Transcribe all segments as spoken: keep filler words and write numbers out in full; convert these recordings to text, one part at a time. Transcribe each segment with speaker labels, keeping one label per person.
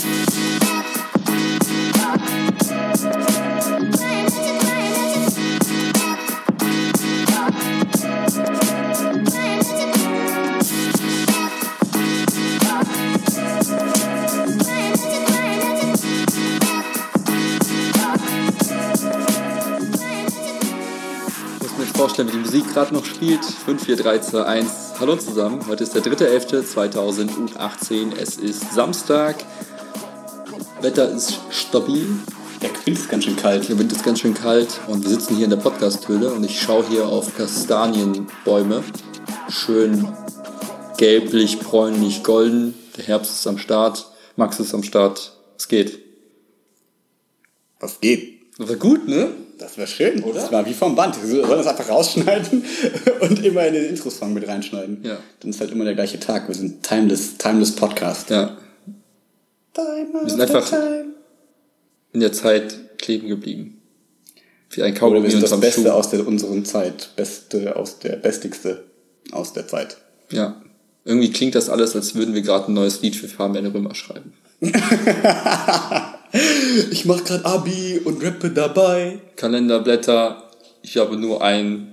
Speaker 1: Vorstellen, wie die Musik gerade noch spielt. fünf, vier, drei, zwei, eins. Hallo zusammen. Heute ist der dritte elfte zweitausendachtzehn. Es ist Samstag. Wetter ist stabil.
Speaker 2: Der Wind ist ganz schön kalt.
Speaker 1: Der Wind ist ganz schön kalt. Und wir sitzen hier in der Podcast-Höhle und ich schaue hier auf Kastanienbäume. Schön gelblich, bräunlich, golden. Der Herbst ist am Start. Max ist am Start. Es geht.
Speaker 2: Was geht?
Speaker 1: Das war gut, ne?
Speaker 2: Das war schön, oder? Das war wie vom Band. Wir sollen das einfach rausschneiden und immer in den Intro-Song mit reinschneiden.
Speaker 1: Ja.
Speaker 2: Dann ist halt immer der gleiche Tag. Wir sind Timeless, Timeless Podcast.
Speaker 1: Ja. Wir sind einfach in der Zeit kleben geblieben. Wie ein Kaugummi
Speaker 2: Oder wir sind das
Speaker 1: unterm
Speaker 2: Beste
Speaker 1: Schuh.
Speaker 2: aus der unseren Zeit. Beste aus der Bestigste aus der Zeit.
Speaker 1: Ja. Irgendwie klingt das alles, als würden wir gerade ein neues Lied für Fabian Römer schreiben.
Speaker 2: Ich mach grad Abi und rappe dabei.
Speaker 1: Kalenderblätter. Ich habe nur einen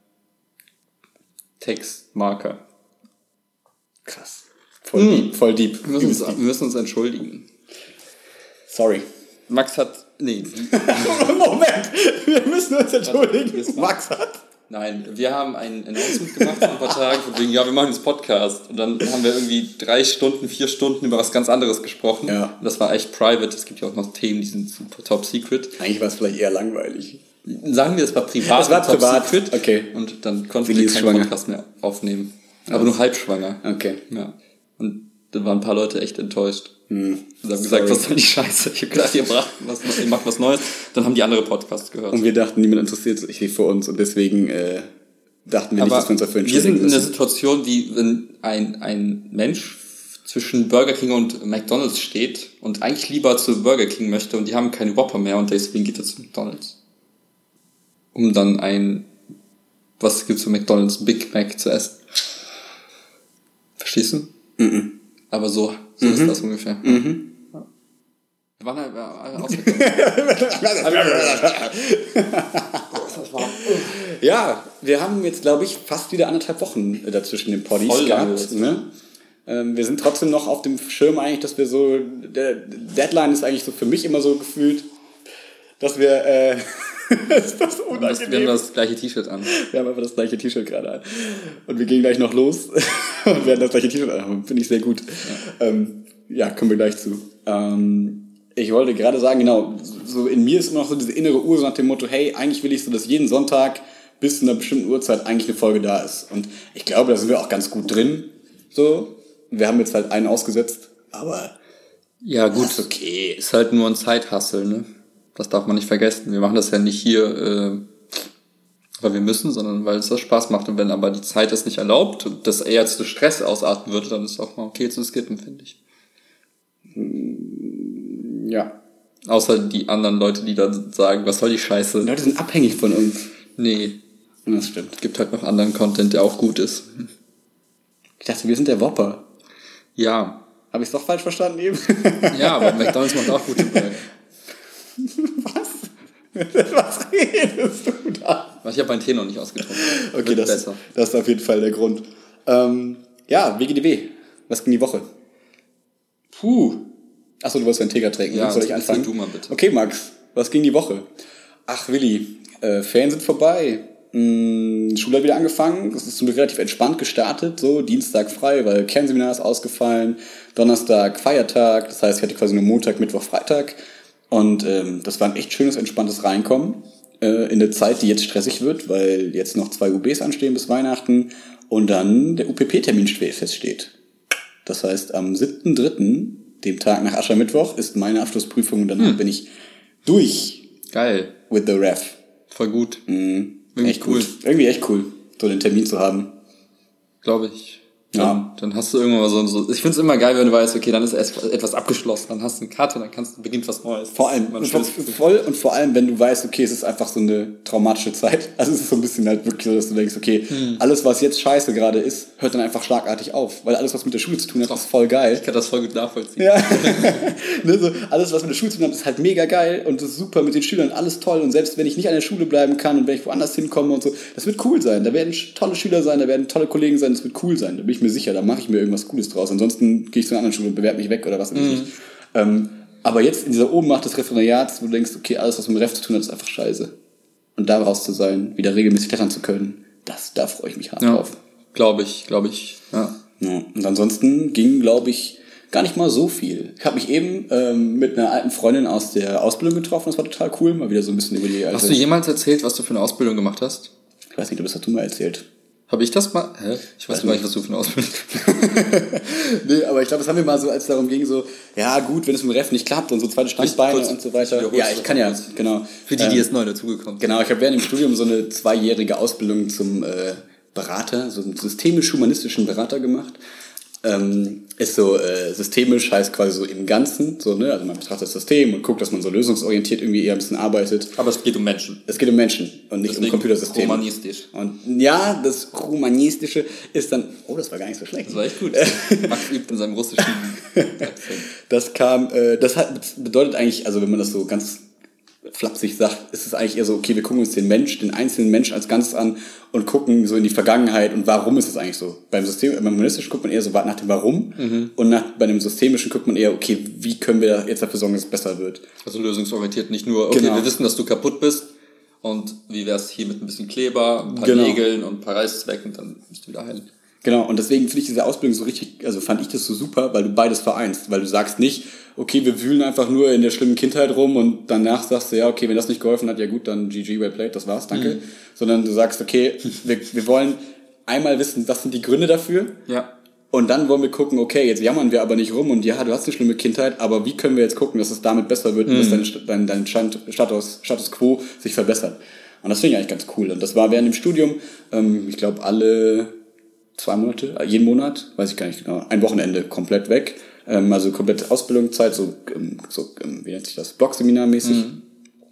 Speaker 1: Textmarker.
Speaker 2: Krass. Voll
Speaker 1: hm.
Speaker 2: deep. Voll deep.
Speaker 1: Wir müssen, uns, wir müssen uns entschuldigen.
Speaker 2: Sorry.
Speaker 1: Max hat... Nee.
Speaker 2: Moment. Wir müssen uns entschuldigen. Max hat...
Speaker 1: Nein, wir haben ein Announcement gemacht vor ein paar Tagen, von wegen, ja, wir machen jetzt Podcast. Und dann haben wir irgendwie drei Stunden, vier Stunden über was ganz anderes gesprochen.
Speaker 2: Ja.
Speaker 1: Und das war echt private. Es gibt ja auch noch Themen, die sind super top secret.
Speaker 2: Eigentlich war es vielleicht eher langweilig.
Speaker 1: Sagen wir, es war privat.
Speaker 2: Es war
Speaker 1: top
Speaker 2: privat,
Speaker 1: secret.
Speaker 2: Okay.
Speaker 1: Und dann konnten
Speaker 2: Willi
Speaker 1: wir
Speaker 2: ist
Speaker 1: keinen
Speaker 2: schwanger.
Speaker 1: Podcast mehr aufnehmen. Aber nur halb schwanger.
Speaker 2: Okay.
Speaker 1: Ja. Und da waren ein paar Leute echt enttäuscht.
Speaker 2: Hm.
Speaker 1: Und haben gesagt, was soll die Scheiße? Ich hab gedacht, ihr, bracht was, ihr macht was Neues. Dann haben die andere Podcasts gehört.
Speaker 2: Und wir dachten, niemand interessiert sich für uns und deswegen äh, dachten wir nicht,
Speaker 1: Aber
Speaker 2: dass wir uns dafür
Speaker 1: wir
Speaker 2: entschuldigen
Speaker 1: sind in der
Speaker 2: müssen.
Speaker 1: Situation, wie wenn ein, ein Mensch zwischen Burger King und McDonald's steht und eigentlich lieber zu Burger King möchte und die haben keine Whopper mehr und deswegen geht er zu McDonald's. Um dann ein, was gibt's für McDonald's, Big Mac zu essen. Verstehst du?
Speaker 2: Mhm.
Speaker 1: Aber so, so
Speaker 2: Mhm.
Speaker 1: ist das ungefähr.
Speaker 2: Mhm.
Speaker 1: Ja. Wir waren halt alle aus
Speaker 2: Ja, wir haben jetzt, glaube ich, fast wieder anderthalb Wochen dazwischen den Poddies
Speaker 1: Voll lange
Speaker 2: gehabt. Ne? Ähm, wir sind trotzdem noch auf dem Schirm eigentlich, dass wir so, der Deadline ist eigentlich so für mich immer so gefühlt, dass wir, äh, ist das
Speaker 1: Wir haben das, wir haben das gleiche T-Shirt an.
Speaker 2: Wir haben einfach das gleiche T-Shirt gerade an. Und wir gehen gleich noch los und werden das gleiche T-Shirt anhaben. Finde ich sehr gut. Ja, ähm, ja kommen wir gleich zu. Ähm, ich wollte gerade sagen, genau, so in mir ist immer noch so diese innere Uhr so nach dem Motto, hey, eigentlich will ich so, dass jeden Sonntag bis zu einer bestimmten Uhrzeit eigentlich eine Folge da ist. Und ich glaube, da sind wir auch ganz gut drin. So, wir haben jetzt halt einen ausgesetzt, aber
Speaker 1: Ja, gut.
Speaker 2: das ist okay.
Speaker 1: Ist halt nur ein Zeithassel, ne? Das darf man nicht vergessen. Wir machen das ja nicht hier, äh, weil wir müssen, sondern weil es das Spaß macht. Und wenn aber die Zeit es nicht erlaubt und das eher zu Stress ausarten würde, dann ist es auch mal okay zu skippen, finde ich.
Speaker 2: Ja.
Speaker 1: Außer die anderen Leute, die dann sagen, was soll die Scheiße?
Speaker 2: Die Leute sind abhängig von uns.
Speaker 1: Nee,
Speaker 2: Das stimmt.
Speaker 1: es gibt halt noch anderen Content, der auch gut ist.
Speaker 2: Ich dachte, wir sind der Whopper.
Speaker 1: Ja.
Speaker 2: Habe ich es doch falsch verstanden eben?
Speaker 1: Ja, aber McDonald's macht auch gute Burger.
Speaker 2: Was? Was redest du da?
Speaker 1: Ich habe meinen Tee noch nicht ausgetrunken.
Speaker 2: Okay,
Speaker 1: Wird
Speaker 2: das,
Speaker 1: besser.
Speaker 2: das ist auf jeden Fall der Grund. Ähm, ja, W G D W. Was ging die Woche?
Speaker 1: Puh.
Speaker 2: Achso, du wolltest deinen Tee trinken.
Speaker 1: Ja,
Speaker 2: Soll ich
Speaker 1: erzähl
Speaker 2: anfangen?
Speaker 1: du mal bitte.
Speaker 2: Okay, Max. Was ging die Woche? Ach, Willi. Äh, Ferien sind vorbei. Hm, Schule hat wieder angefangen. Es ist zum Glück relativ entspannt gestartet. So, Dienstag frei, weil Kernseminar ist ausgefallen. Donnerstag Feiertag. Das heißt, ich hatte quasi nur Montag, Mittwoch, Freitag. Und ähm, das war ein echt schönes, entspanntes Reinkommen äh, in der Zeit, die jetzt stressig wird, weil jetzt noch zwei U Bs anstehen bis Weihnachten und dann der U P P-Termin feststeht. Das heißt, am siebten dritten, dem Tag nach Aschermittwoch, ist meine Abschlussprüfung und danach
Speaker 1: Hm.
Speaker 2: bin ich durch
Speaker 1: Geil.
Speaker 2: with the ref.
Speaker 1: Voll gut.
Speaker 2: Mhm.
Speaker 1: Irgendwie
Speaker 2: Echt
Speaker 1: cool.
Speaker 2: gut. Irgendwie echt cool, so den Termin zu haben.
Speaker 1: Glaube ich. Dann, ja. dann hast du irgendwann mal so, so ich finde es immer geil, wenn du weißt, okay, dann ist etwas abgeschlossen, dann hast du einen Cut und dann kannst du, beginnt was Neues.
Speaker 2: Vor allem, und voll und vor allem, wenn du weißt, okay, es ist einfach so eine traumatische Zeit. Also es ist so ein bisschen halt wirklich so, dass du denkst, okay, hm. alles, was jetzt scheiße gerade ist, hört dann einfach schlagartig auf. Weil alles, was mit der Schule zu tun hat, ist voll geil.
Speaker 1: Ich kann das voll gut nachvollziehen.
Speaker 2: Ja. ne, so, alles, was mit der Schule zu tun hat, ist halt mega geil und das ist super mit den Schülern, alles toll. Und selbst wenn ich nicht an der Schule bleiben kann und wenn ich woanders hinkomme und so, das wird cool sein. Da werden tolle Schüler sein, da werden tolle Kollegen sein, das wird cool sein. Da bin ich mir sicher, da mache ich mir irgendwas Cooles draus. Ansonsten gehe ich zu einer anderen Schule und bewerbe mich weg oder was weiß ich. Mhm. Ähm, aber jetzt in dieser Ohnmacht des Referendariats, wo du denkst, okay, alles, was mit dem Ref zu tun hat, ist einfach scheiße. Und da raus zu sein, wieder regelmäßig klettern zu können, das, da freue ich mich hart
Speaker 1: ja,
Speaker 2: drauf.
Speaker 1: Glaube ich, glaube ich, ja.
Speaker 2: ja. Und ansonsten ging, glaube ich, gar nicht mal so viel. Ich habe mich eben ähm, mit einer alten Freundin aus der Ausbildung getroffen, das war total cool, mal wieder so ein bisschen über die...
Speaker 1: Hast du jemals erzählt, was du für eine Ausbildung gemacht hast?
Speaker 2: Ich weiß nicht, du hast du mal erzählt.
Speaker 1: Habe ich das mal? Hä? Ich weiß gar nicht, was du für eine Ausbildung
Speaker 2: Nee, aber ich glaube, das haben wir mal so, als es darum ging, so, ja gut, wenn es mit dem Ref nicht klappt und so zweite Standbeine und so weiter. Ja, ich kann ja, genau.
Speaker 1: Für die, die jetzt neu dazugekommen sind.
Speaker 2: Genau, ich habe während dem Studium so eine zweijährige Ausbildung zum äh, Berater, so einen systemisch-humanistischen Berater gemacht. Ähm, ist so äh, systemisch, heißt quasi so im Ganzen, so, ne? Also man betrachtet das System und guckt, dass man so lösungsorientiert irgendwie eher ein bisschen arbeitet.
Speaker 1: Aber es geht um Menschen.
Speaker 2: Es geht um Menschen und nicht Deswegen um Computersysteme.
Speaker 1: Humanistisch.
Speaker 2: Und ja, das Humanistische ist dann, oh, das war gar nicht so schlecht.
Speaker 1: Das war echt gut. Max übt in seinem russischen
Speaker 2: Das kam, äh, das hat, bedeutet eigentlich, also wenn man das so ganz flapsig sagt, ist es eigentlich eher so, okay, wir gucken uns den Mensch, den einzelnen Mensch als Ganzes an und gucken so in die Vergangenheit und warum ist es eigentlich so. Beim System, beim Humanistischen guckt man eher so nach dem Warum mhm. und nach, bei dem Systemischen guckt man eher, okay, wie können wir jetzt dafür sorgen, dass es besser wird.
Speaker 1: Also lösungsorientiert, nicht nur, okay, genau. wir wissen, dass du kaputt bist und wie wär's hier mit ein bisschen Kleber, ein paar genau. Nägeln und ein paar Reißzwecken, dann bist du wieder heilen.
Speaker 2: Genau, und deswegen finde ich diese Ausbildung so richtig, also fand ich das so super, weil du beides vereinst, weil du sagst nicht, okay, wir wühlen einfach nur in der schlimmen Kindheit rum und danach sagst du, ja, okay, wenn das nicht geholfen hat, ja gut, dann G G, well played, das war's, danke. Mhm. Sondern du sagst, okay, wir, wir wollen einmal wissen, was sind die Gründe dafür.
Speaker 1: Ja.
Speaker 2: Und dann wollen wir gucken, okay, jetzt jammern wir aber nicht rum und ja, du hast eine schlimme Kindheit, aber wie können wir jetzt gucken, dass es damit besser wird mhm. und dass dein, dein, dein Status, Status Quo sich verbessert. Und das finde ich eigentlich ganz cool. Und das war während dem Studium, ähm, ich glaube, alle zwei Monate, jeden Monat, weiß ich gar nicht genau, ein Wochenende komplett weg. Ähm, also komplett Ausbildungszeit, so, so wie nennt sich das, Blog-Seminar-mäßig. Mhm.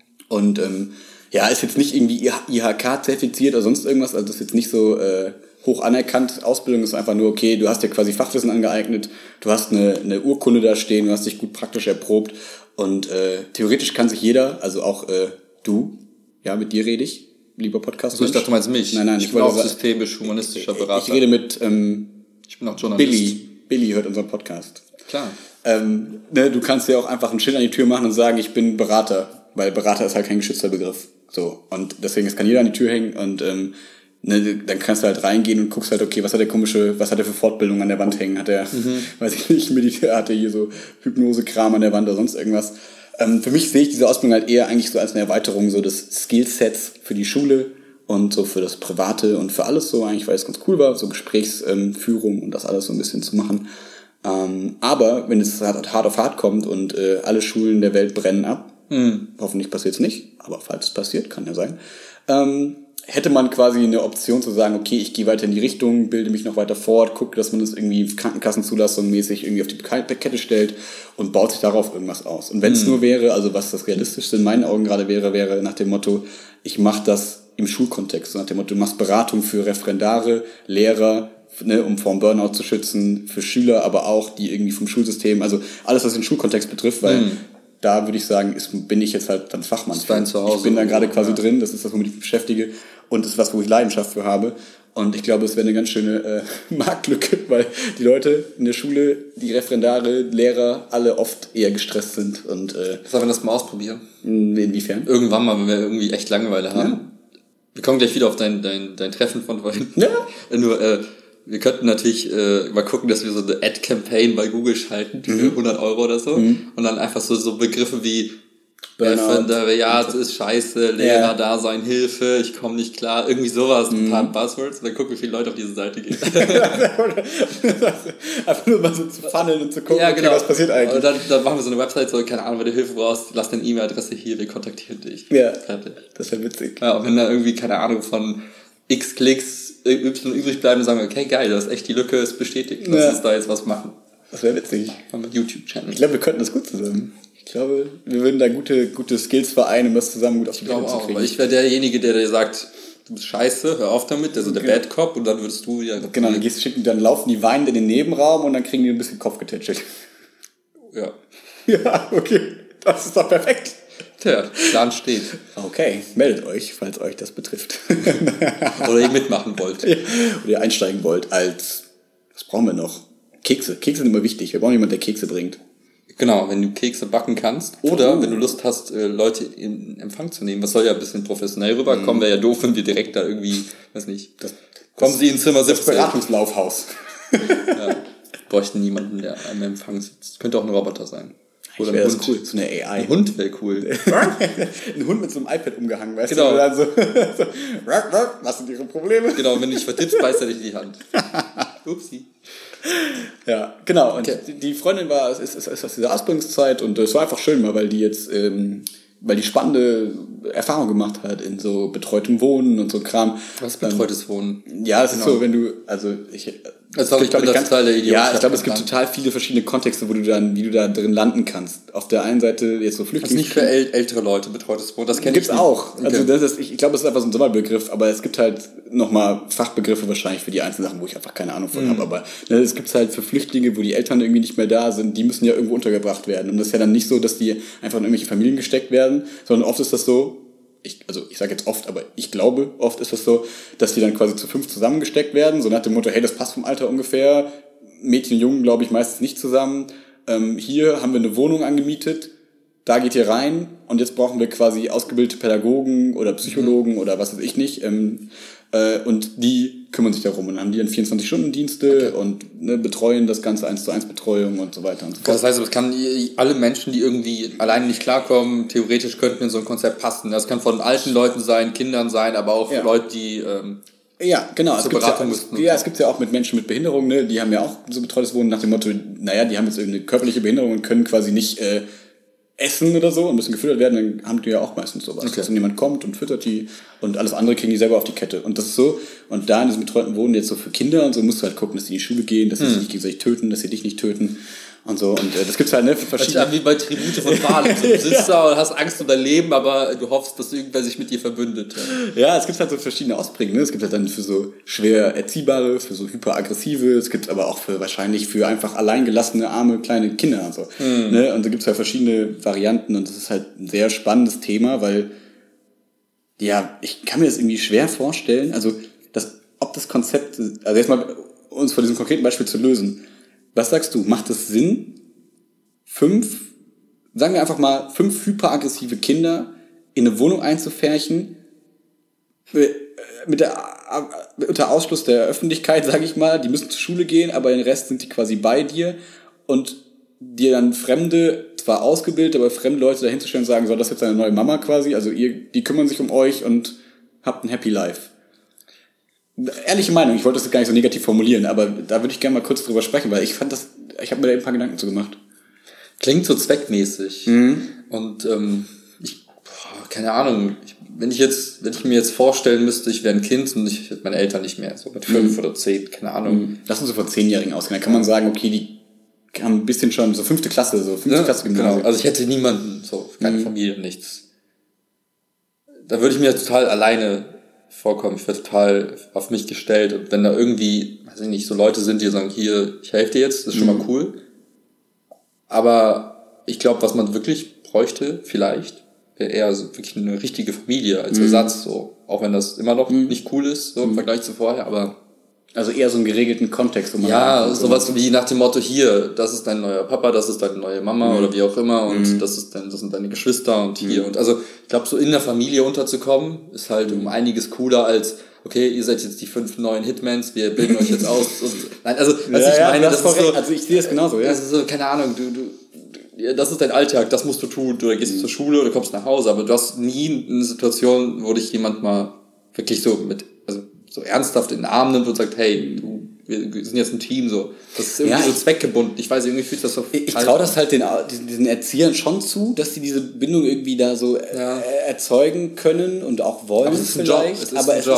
Speaker 2: Und ähm, ja, ist jetzt nicht irgendwie I H K-zertifiziert oder sonst irgendwas, also das ist jetzt nicht so äh, hoch anerkannt. Ausbildung ist einfach nur, okay, du hast dir quasi Fachwissen angeeignet, du hast eine, eine Urkunde da stehen, du hast dich gut praktisch erprobt und äh, theoretisch kann sich jeder, also auch äh, du, ja, mit dir rede ich, lieber Podcast.
Speaker 1: Also ich dachte, du meinst mich.
Speaker 2: Nein, nein,
Speaker 1: ich, ich bin auch systemisch-humanistischer Berater.
Speaker 2: Ich rede mit ähm,
Speaker 1: ich bin auch Journalist.
Speaker 2: Billy. Billy hört unseren Podcast.
Speaker 1: Klar.
Speaker 2: Ähm, ne, du kannst ja auch einfach ein Schild an die Tür machen und sagen, ich bin Berater, weil Berater ist halt kein geschützter Begriff. So, und deswegen, es kann jeder an die Tür hängen und ähm, ne, dann kannst du halt reingehen und guckst halt, okay, was hat der komische, was hat der für Fortbildung an der Wand hängen? Hat er, mhm. weiß ich nicht, Medita- hat er hier so Hypnose-Kram an der Wand oder sonst irgendwas? Ähm, für mich sehe ich diese Ausbildung halt eher eigentlich so als eine Erweiterung so des Skillsets für die Schule und so für das Private und für alles so eigentlich, weil es ganz cool war, so Gesprächsführung und das alles so ein bisschen zu machen. Ähm, aber wenn es hart, hart auf hart kommt und äh, alle Schulen der Welt brennen ab, mhm. hoffentlich passiert es nicht, aber falls es passiert, kann ja sein, ähm, hätte man quasi eine Option zu sagen, okay, ich gehe weiter in die Richtung, bilde mich noch weiter fort, gucke, dass man das irgendwie Krankenkassenzulassung mäßig irgendwie auf die Kette stellt und baut sich darauf irgendwas aus. Und wenn es mhm. nur wäre, also was das Realistischste in meinen Augen gerade wäre, wäre nach dem Motto, ich mache das im Schulkontext, so nach dem Motto, du machst Beratung für Referendare, Lehrer, ne, um vor dem Burnout zu schützen, für Schüler, aber auch die irgendwie vom Schulsystem, also alles, was den Schulkontext betrifft, weil mhm. da würde ich sagen, ist, bin ich jetzt halt dann Fachmann.
Speaker 1: Dein Zuhause.
Speaker 2: Ich bin da gerade quasi ja. drin, das ist das, womit ich mich beschäftige und das ist was, wo ich Leidenschaft für habe. Und ich glaube, es wäre eine ganz schöne äh, Marktlücke, weil die Leute in der Schule, die Referendare, Lehrer, alle oft eher gestresst sind. Und äh,
Speaker 1: sollen wir das mal ausprobieren?
Speaker 2: Inwiefern?
Speaker 1: Irgendwann mal, wenn wir irgendwie echt Langeweile haben. Ja. Wir kommen gleich wieder auf dein, dein, dein Treffen von vorhin. Ja. Nur, äh, wir könnten natürlich äh, mal gucken, dass wir so eine Ad-Campaign bei Google schalten für mhm. hundert Euro oder so. Mhm. Und dann einfach so, so Begriffe wie Referendariat ist scheiße, Lehrer-Dasein, Hilfe, ich komme nicht klar, irgendwie sowas, ein paar Buzzwords, und dann gucken, wie viele Leute auf diese Seite gehen.
Speaker 2: Einfach nur mal so zu funneln und zu gucken,
Speaker 1: ja, genau.
Speaker 2: okay, was passiert eigentlich.
Speaker 1: Und dann, dann machen wir so eine Website, so, keine Ahnung, wenn du Hilfe brauchst, lass deine E-Mail-Adresse hier, wir kontaktieren dich.
Speaker 2: Ja, fertig. Das wäre witzig.
Speaker 1: Ja, und wenn da irgendwie, keine Ahnung, von X Klicks Y übrig bleiben und sagen, okay, geil, das ist echt die Lücke, ist bestätigt, lass
Speaker 2: Ja.
Speaker 1: uns da jetzt was machen.
Speaker 2: Das wäre witzig.
Speaker 1: Haben wir YouTube-Channel.
Speaker 2: Ich glaube, wir könnten das gut zusammen. Ich glaube, wir würden da gute, gute Skills vereinen, um das zusammen gut auf die
Speaker 1: Ich glaube
Speaker 2: Beine zu
Speaker 1: auch,
Speaker 2: kriegen.
Speaker 1: weil ich wäre derjenige, der dir sagt, du bist scheiße, hör auf damit, der so der
Speaker 2: Okay.
Speaker 1: Bad Cop und dann würdest du ja...
Speaker 2: Genau, dann, gehst, schicken, dann laufen die weinend in den Nebenraum und dann kriegen die ein bisschen Kopf getätschelt.
Speaker 1: Ja.
Speaker 2: Ja, okay. Das ist doch perfekt.
Speaker 1: Tja, Plan steht.
Speaker 2: Okay, meldet euch, falls euch das betrifft.
Speaker 1: Oder ihr mitmachen wollt.
Speaker 2: Oder ihr einsteigen wollt als, was brauchen wir noch? Kekse. Kekse sind immer wichtig. Wir brauchen jemanden, der Kekse bringt.
Speaker 1: Genau, wenn du Kekse backen kannst oder wenn du Lust hast, Leute in Empfang zu nehmen. Was soll ja ein bisschen professionell rüberkommen, wäre ja doof, wenn wir direkt da irgendwie, weiß nicht,
Speaker 2: Das,
Speaker 1: kommen Sie in Zimmer
Speaker 2: das
Speaker 1: siebzehn.
Speaker 2: Beratungslaufhaus.
Speaker 1: Ja, bräuchten niemanden, der am Empfang sitzt. Könnte auch ein Roboter sein. Oder ein
Speaker 2: Wäre
Speaker 1: Hund.
Speaker 2: das cool, so eine A I.
Speaker 1: Ein Hund wäre cool.
Speaker 2: Ein Hund mit so einem iPad umgehangen, weißt
Speaker 1: Genau.
Speaker 2: du? Und dann so, so, was sind Ihre Probleme?
Speaker 1: Genau, wenn du dich vertippst, beißt er dich in die Hand. Upsi.
Speaker 2: Ja, genau. Und
Speaker 1: Okay.
Speaker 2: die, die Freundin war, es ist, es ist aus dieser Ausbildungszeit und es war einfach schön mal, weil die jetzt, ähm, weil die spannende Erfahrung gemacht hat in so betreutem Wohnen und so Kram.
Speaker 1: Was ist betreutes Wohnen?
Speaker 2: Ja, es
Speaker 1: Genau.
Speaker 2: ist so, wenn du, also ich,
Speaker 1: Also, aber ich
Speaker 2: glaub,
Speaker 1: bin das total der Idiot.
Speaker 2: Ja,
Speaker 1: Ich
Speaker 2: ich
Speaker 1: hab
Speaker 2: glaube, es gibt
Speaker 1: keinen
Speaker 2: total viele verschiedene Kontexte, wo du dann, wie du da drin landen kannst. Auf der einen Seite jetzt so
Speaker 1: Das ist
Speaker 2: Flüchtlings...
Speaker 1: nicht für äl- ältere Leute betreutes Wohnen, das kenne ich
Speaker 2: Gibt's
Speaker 1: nicht.
Speaker 2: auch.
Speaker 1: Okay.
Speaker 2: Also das ist, ich, ich glaube, es ist einfach so ein Sommerbegriff, aber es gibt halt nochmal Fachbegriffe wahrscheinlich für die einzelnen Sachen, wo ich einfach keine Ahnung von
Speaker 1: Mhm.
Speaker 2: habe. Aber ne, es gibt halt für Flüchtlinge, wo die Eltern irgendwie nicht mehr da sind, die müssen ja irgendwo untergebracht werden. Und das ist ja dann nicht so, dass die einfach in irgendwelche Familien gesteckt werden, sondern oft ist das so, ich, also ich sage jetzt oft, aber ich glaube, oft ist das so, dass die dann quasi zu fünf zusammengesteckt werden, so nach dem Motto, hey, das passt vom Alter ungefähr. Mädchen und Jungen, glaube ich, meistens nicht zusammen. Ähm, hier haben wir eine Wohnung angemietet, da geht ihr rein und jetzt brauchen wir quasi ausgebildete Pädagogen oder Psychologen mhm. oder was weiß ich nicht. Ähm, äh, und die kümmern sich darum und dann haben die dann vierundzwanzig-Stunden-Dienste okay. und ne, betreuen das Ganze eins zu eins Betreuung und so weiter und so fort.
Speaker 1: Das heißt, es kann alle Menschen, die irgendwie alleine nicht klarkommen, theoretisch könnten in so ein Konzept passen. Das kann von alten Leuten sein, Kindern sein, aber auch
Speaker 2: ja.
Speaker 1: Leute, die... Ähm,
Speaker 2: Ja, genau. Es gibt ja,
Speaker 1: müssten.
Speaker 2: ja, es gibt's ja auch mit Menschen mit Behinderung, ne? Die haben ja auch so betreutes Wohnen nach dem Motto, naja, die haben jetzt irgendeine körperliche Behinderung und können quasi nicht äh, essen oder so und müssen gefüttert werden, dann haben die ja auch meistens sowas.
Speaker 1: Okay.
Speaker 2: Dass jemand kommt und füttert die und alles andere kriegen die selber auf die Kette. Und das ist so, und da in diesem betreuten Wohnen jetzt so für Kinder und so musst du halt gucken, dass die in die Schule gehen, dass sie
Speaker 1: hm.
Speaker 2: sich nicht gegenseitig töten, dass sie dich nicht töten. Und so, und äh, das gibt's halt, ne, für verschiedene...
Speaker 1: Das ist wie bei Tribute von Panem. So, du sitzt da und hast Angst um dein Leben, aber du hoffst, dass irgendwer sich mit dir verbündet. Ja,
Speaker 2: ja es gibt halt so verschiedene Ausprägungen, ne? Es gibt halt dann für so schwer erziehbare, für so hyperaggressive, es gibt aber auch für wahrscheinlich für einfach alleingelassene, arme, kleine Kinder und so. Mhm. Ne? Und da gibt's halt verschiedene Varianten und das ist halt ein sehr spannendes Thema, weil, ja, ich kann mir das irgendwie schwer vorstellen, also, das, ob das Konzept, also jetzt mal uns von diesem konkreten Beispiel zu lösen. Was sagst du, macht es Sinn, fünf, sagen wir einfach mal, fünf hyperaggressive Kinder in eine Wohnung einzufärchen, mit der, unter Ausschluss der Öffentlichkeit, sage ich mal, die müssen zur Schule gehen, aber den Rest sind die quasi bei dir und dir dann Fremde, zwar ausgebildet, aber fremde Leute dahinzustellen und sagen, so, das ist jetzt deine neue Mama quasi, also ihr, die kümmern sich um euch und habt ein Happy Life. Ehrliche Meinung, ich wollte das gar nicht so negativ formulieren, aber da würde ich gerne mal kurz drüber sprechen, weil ich fand das, ich habe mir da ein paar Gedanken zu gemacht.
Speaker 1: Klingt so zweckmäßig.
Speaker 2: Mhm.
Speaker 1: Und ähm, ich, boah, keine Ahnung, ich, wenn ich jetzt, wenn ich mir jetzt vorstellen müsste, ich wäre ein Kind und ich hätte meine Eltern nicht mehr, so mit fünf mhm. oder zehn, keine Ahnung.
Speaker 2: Mhm. Lass uns so vor zehnjährigen ausgehen, dann kann man sagen, okay, die haben ein bisschen schon, so fünfte Klasse, so fünfte
Speaker 1: ja,
Speaker 2: Klasse Gymnasium.
Speaker 1: Genau, also ich hätte niemanden, so, keine mhm. Familie, nichts. Da würde ich mir total alleine vorkommen, ich wäre total auf mich gestellt und wenn da irgendwie, weiß ich nicht, so Leute sind, die sagen, hier, ich helfe dir jetzt, das ist schon mhm. mal cool. Aber ich glaube, was man wirklich bräuchte, vielleicht, wäre eher so wirklich eine richtige Familie als mhm. Ersatz, so. Auch wenn das immer noch mhm. nicht cool ist, so im mhm. Vergleich zu vorher, aber...
Speaker 2: Also eher so einen geregelten Kontext, wo man...
Speaker 1: Ja, sowas wie nach dem Motto, hier, das ist dein neuer Papa, das ist deine neue Mama mhm. oder wie auch immer und mhm. das ist dein, das sind deine Geschwister und hier. Mhm. Und also, ich glaube, so in der Familie unterzukommen, ist halt um einiges cooler als... Okay, ihr seid jetzt die fünf neuen Hitmans, wir bilden euch jetzt aus. Und, nein, also, was
Speaker 2: ja,
Speaker 1: ich
Speaker 2: ja,
Speaker 1: meine, das, das ist so,
Speaker 2: also ich sehe das genauso, ja.
Speaker 1: Das ist so, keine Ahnung, du, du, ja, das ist dein Alltag, das musst du tun. Du gehst mhm. zur Schule oder kommst nach Hause, aber du hast nie eine Situation, wo dich jemand mal wirklich so mit, also so ernsthaft in den Arm nimmt und sagt, hey, du, wir sind jetzt ein Team, so. Das ist irgendwie ja, so zweckgebunden. Ich weiß, irgendwie fühlt das so.
Speaker 2: Ich, ich traue das halt den, diesen Erziehern schon zu, dass sie diese Bindung irgendwie da so ja. erzeugen können und auch wollen.
Speaker 1: Aber es ist ein
Speaker 2: vielleicht.
Speaker 1: Job. Es ist
Speaker 2: aber
Speaker 1: ein
Speaker 2: es
Speaker 1: Job.
Speaker 2: Ist, es ist,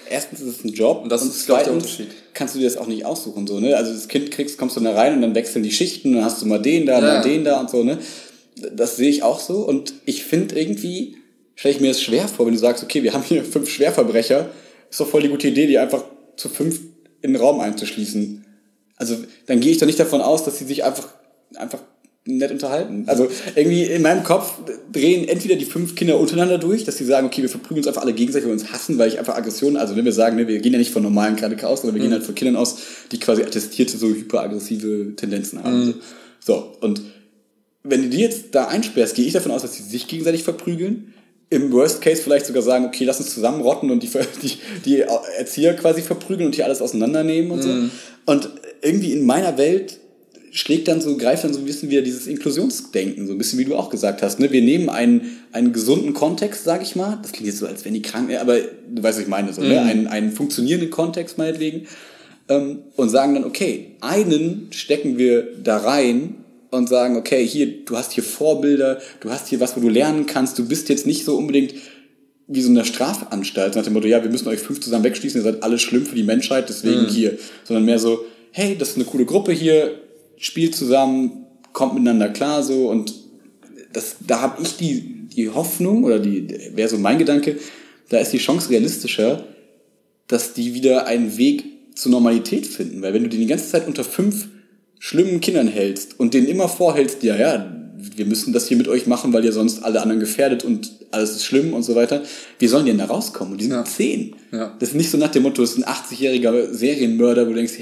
Speaker 2: erstens ist es ein Job
Speaker 1: und das
Speaker 2: und
Speaker 1: ist, glaube ich, der
Speaker 2: zweitens
Speaker 1: Unterschied.
Speaker 2: Kannst du dir das auch nicht aussuchen, so, ne? Also das Kind kriegst, kommst du da rein und dann wechseln die Schichten und dann hast du mal den da, ja. mal den da und so, ne? Das sehe ich auch so und ich finde irgendwie, stelle ich mir das schwer vor, wenn du sagst, okay, wir haben hier fünf Schwerverbrecher, ist doch voll die gute Idee, die einfach zu fünf in den Raum einzuschließen. Also dann gehe ich doch nicht davon aus, dass sie sich einfach einfach nett unterhalten. Also irgendwie in meinem Kopf drehen entweder die fünf Kinder untereinander durch, dass sie sagen, okay, wir verprügeln uns einfach alle gegenseitig, weil wir uns hassen, weil ich einfach Aggressionen, also wenn wir sagen, ne, wir gehen ja nicht von normalen Charakter aus, sondern wir mhm. gehen halt von Kindern aus, die quasi attestierte so hyperaggressive Tendenzen haben. Mhm. So, und wenn du die jetzt da einsperrst, gehe ich davon aus, dass sie sich gegenseitig verprügeln. Im Worst Case vielleicht sogar sagen, okay, lass uns zusammenrotten und die, die, die Erzieher quasi verprügeln und hier alles auseinandernehmen und so. Mhm. Und irgendwie in meiner Welt schlägt dann so, greift dann so ein bisschen wieder dieses Inklusionsdenken, so ein bisschen wie du auch gesagt hast. Ne? Wir nehmen einen, einen gesunden Kontext, sag ich mal. Das klingt jetzt so, als wenn die krank, aber du weißt, was ich meine. So, mhm. ne? einen, einen funktionierenden Kontext meinetwegen. Ähm, und sagen dann, okay, einen stecken wir da rein und sagen, okay, hier, du hast hier Vorbilder, du hast hier was, wo du lernen kannst. Du bist jetzt nicht so unbedingt wie so eine Strafanstalt, nach dem Motto, ja, wir müssen euch fünf zusammen wegschließen, ihr seid alle schlimm für die Menschheit, deswegen mhm. hier. Sondern mehr so, hey, das ist eine coole Gruppe hier, spielt zusammen, kommt miteinander klar so und das, da habe ich die, die Hoffnung oder die wäre so mein Gedanke, da ist die Chance realistischer, dass die wieder einen Weg zur Normalität finden, weil wenn du die die ganze Zeit unter fünf schlimmen Kindern hältst und denen immer vorhältst, ja, ja, wir müssen das hier mit euch machen, weil ihr sonst alle anderen gefährdet und alles ist schlimm und so weiter, wie sollen die denn da rauskommen? Und die sind ja. zehn. Ja. Das ist nicht so nach dem Motto, das ist ein achtzigjähriger Serienmörder, wo du denkst, ja,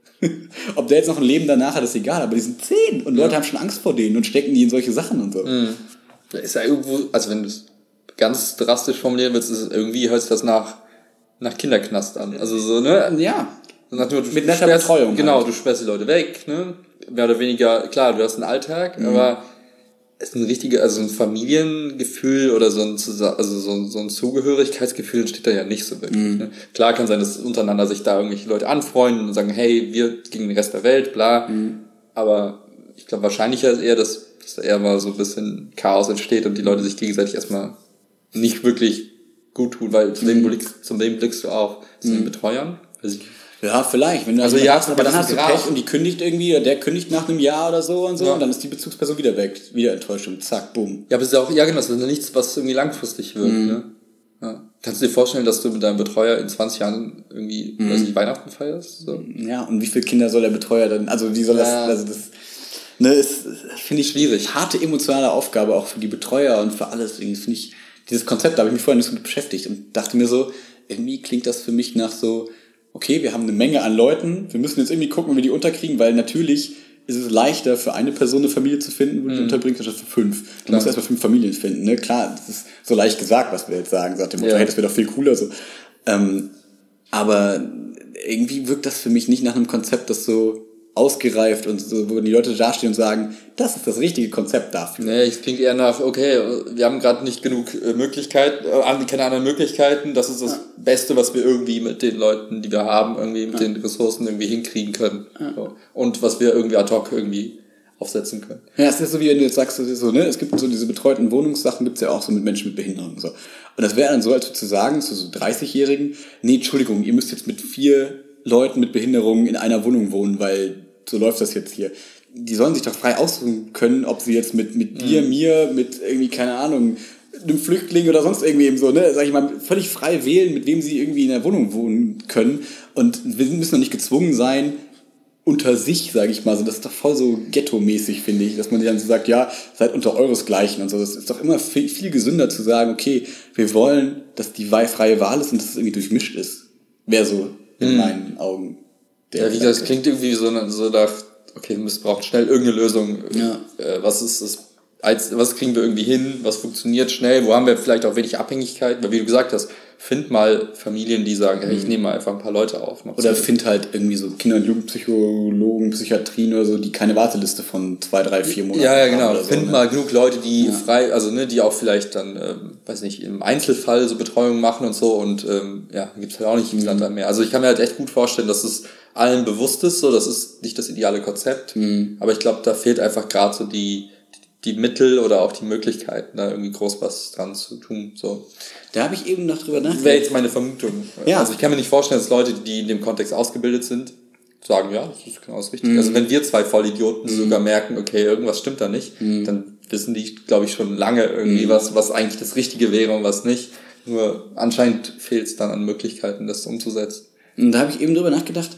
Speaker 2: ob der jetzt noch ein Leben danach hat, ist egal, aber die sind zehn und Leute ja. haben schon Angst vor denen und stecken die in solche Sachen und so. Mhm.
Speaker 1: Da ist ja irgendwo, also wenn du es ganz drastisch formulieren willst, ist es irgendwie, hört sich das nach, nach Kinderknast an. Also so, ne?
Speaker 2: Ja.
Speaker 1: Nach, du,
Speaker 2: Mit netter Betreuung.
Speaker 1: Genau,
Speaker 2: halt.
Speaker 1: Du sperrst die Leute weg, ne? Mehr oder weniger, klar, du hast einen Alltag, mhm. aber es ist ein richtiges, also ein Familiengefühl oder so ein, also so ein, so ein Zugehörigkeitsgefühl entsteht da ja nicht so wirklich. Mhm. Ne? Klar kann sein, dass untereinander sich da irgendwelche Leute anfreunden und sagen, hey, wir gegen den Rest der Welt, bla. Mhm. Aber ich glaube, wahrscheinlicher ist eher, dass, dass da eher mal so ein bisschen Chaos entsteht und die Leute sich gegenseitig erstmal nicht wirklich gut tun, weil zu dem blickst, zu dem blickst du auch zu den Betreuern. Also
Speaker 2: ja, vielleicht. Wenn du
Speaker 1: also ja,
Speaker 2: hast, aber dann hast du Pech und die kündigt irgendwie, oder der kündigt nach einem Jahr oder so und so, ja. und dann ist die Bezugsperson wieder weg, wieder Enttäuschung, zack, boom.
Speaker 1: Ja, aber es ist ja auch, ja genau, das ist ja nichts, was irgendwie langfristig wird, mhm. ne? Ja. Kannst du dir vorstellen, dass du mit deinem Betreuer in zwanzig Jahren irgendwie, mhm. weiß nicht, Weihnachten feierst? So?
Speaker 2: Ja, und wie viele Kinder soll der Betreuer dann, also wie soll ja. das, also das, ne, ist, finde ich, schwierig. Harte emotionale Aufgabe auch für die Betreuer und für alles, irgendwie finde ich, dieses Konzept, da habe ich mich vorher nicht so mit beschäftigt und dachte mir so, irgendwie klingt das für mich nach so, okay, wir haben eine Menge an Leuten, wir müssen jetzt irgendwie gucken, wie wir die unterkriegen, weil natürlich ist es leichter für eine Person eine Familie zu finden, wo du mhm. die unterbringst, anstatt für fünf. Du Klar. musst erstmal fünf Familien finden, ne? Klar, das ist so leicht gesagt, was wir jetzt sagen, sagt der Motto, ja. hey, das wäre doch viel cooler so. Ähm, aber irgendwie wirkt das für mich nicht nach einem Konzept, das so ausgereift und so, wo die Leute dastehen und sagen, das ist das richtige Konzept dafür.
Speaker 1: Nee, es klingt eher nach, okay, wir haben gerade nicht genug äh, Möglichkeiten, äh, keine anderen Möglichkeiten, das ist das ja. Beste, was wir irgendwie mit den Leuten, die wir haben, irgendwie mit ja. den Ressourcen irgendwie hinkriegen können. Ja. So. Und was wir irgendwie ad hoc irgendwie aufsetzen können.
Speaker 2: Ja, es ist so, wie wenn du jetzt sagst, so, ne, es gibt so diese betreuten Wohnungssachen, gibt's ja auch so mit Menschen mit Behinderung und so. Und das wäre dann so, als zu sagen, zu so dreißigjährigen, nee, Entschuldigung, ihr müsst jetzt mit vier Leuten mit Behinderung in einer Wohnung wohnen, weil so läuft das jetzt hier. Die sollen sich doch frei aussuchen können, ob sie jetzt mit, mit dir, mhm. mir, mit irgendwie, keine Ahnung, einem Flüchtling oder sonst irgendwie eben so, ne, sag ich mal, völlig frei wählen, mit wem sie irgendwie in der Wohnung wohnen können. Und wir müssen doch nicht gezwungen sein, unter sich, sage ich mal, so, das ist doch voll so ghetto-mäßig, finde ich, dass man dann so sagt, ja, seid unter euresgleichen und so. Das ist doch immer viel, viel gesünder zu sagen, okay, wir wollen, dass die freie Wahl ist und dass es irgendwie durchmischt ist. Wäre so in mhm. meinen Augen.
Speaker 1: Ja, wie das klingt irgendwie so, so nach, okay, es braucht schnell irgendeine Lösung.
Speaker 2: Ja.
Speaker 1: Äh, was ist das, als, was kriegen wir irgendwie hin, was funktioniert schnell, wo haben wir vielleicht auch wenig Abhängigkeit, weil wie du gesagt hast, find mal Familien, die sagen, hey, ich nehme mal einfach ein paar Leute auf.
Speaker 2: Oder find halt irgendwie so Kinder- und Jugendpsychologen, Psychiatrien oder so, die keine Warteliste von zwei, drei, vier Monaten
Speaker 1: haben. Ja, ja, genau.
Speaker 2: Oder
Speaker 1: find
Speaker 2: so, ne?
Speaker 1: mal genug Leute, die ja. frei, also ne, die auch vielleicht dann, ähm, weiß nicht, im Einzelfall so Betreuung machen und so und ähm, ja, gibt's halt auch nicht im Land mhm. mehr. Also ich kann mir halt echt gut vorstellen, dass es allen bewusst ist, so, das ist nicht das ideale Konzept, mhm. aber ich glaube, da fehlt einfach gerade so die die Mittel oder auch die Möglichkeiten, da irgendwie groß was dran zu tun. So.
Speaker 2: Da habe ich eben noch drüber nachgedacht.
Speaker 1: Wäre jetzt meine Vermutung.
Speaker 2: Ja.
Speaker 1: Also ich kann mir nicht vorstellen, dass Leute, die in dem Kontext ausgebildet sind, sagen, ja, das ist genau das Richtige. Mhm. Also wenn wir zwei Vollidioten mhm. sogar merken, okay, irgendwas stimmt da nicht, mhm. dann wissen die, glaube ich, schon lange irgendwie, mhm. was, was eigentlich das Richtige wäre und was nicht. Nur anscheinend fehlt es dann an Möglichkeiten, das umzusetzen.
Speaker 2: Und da habe ich eben drüber nachgedacht,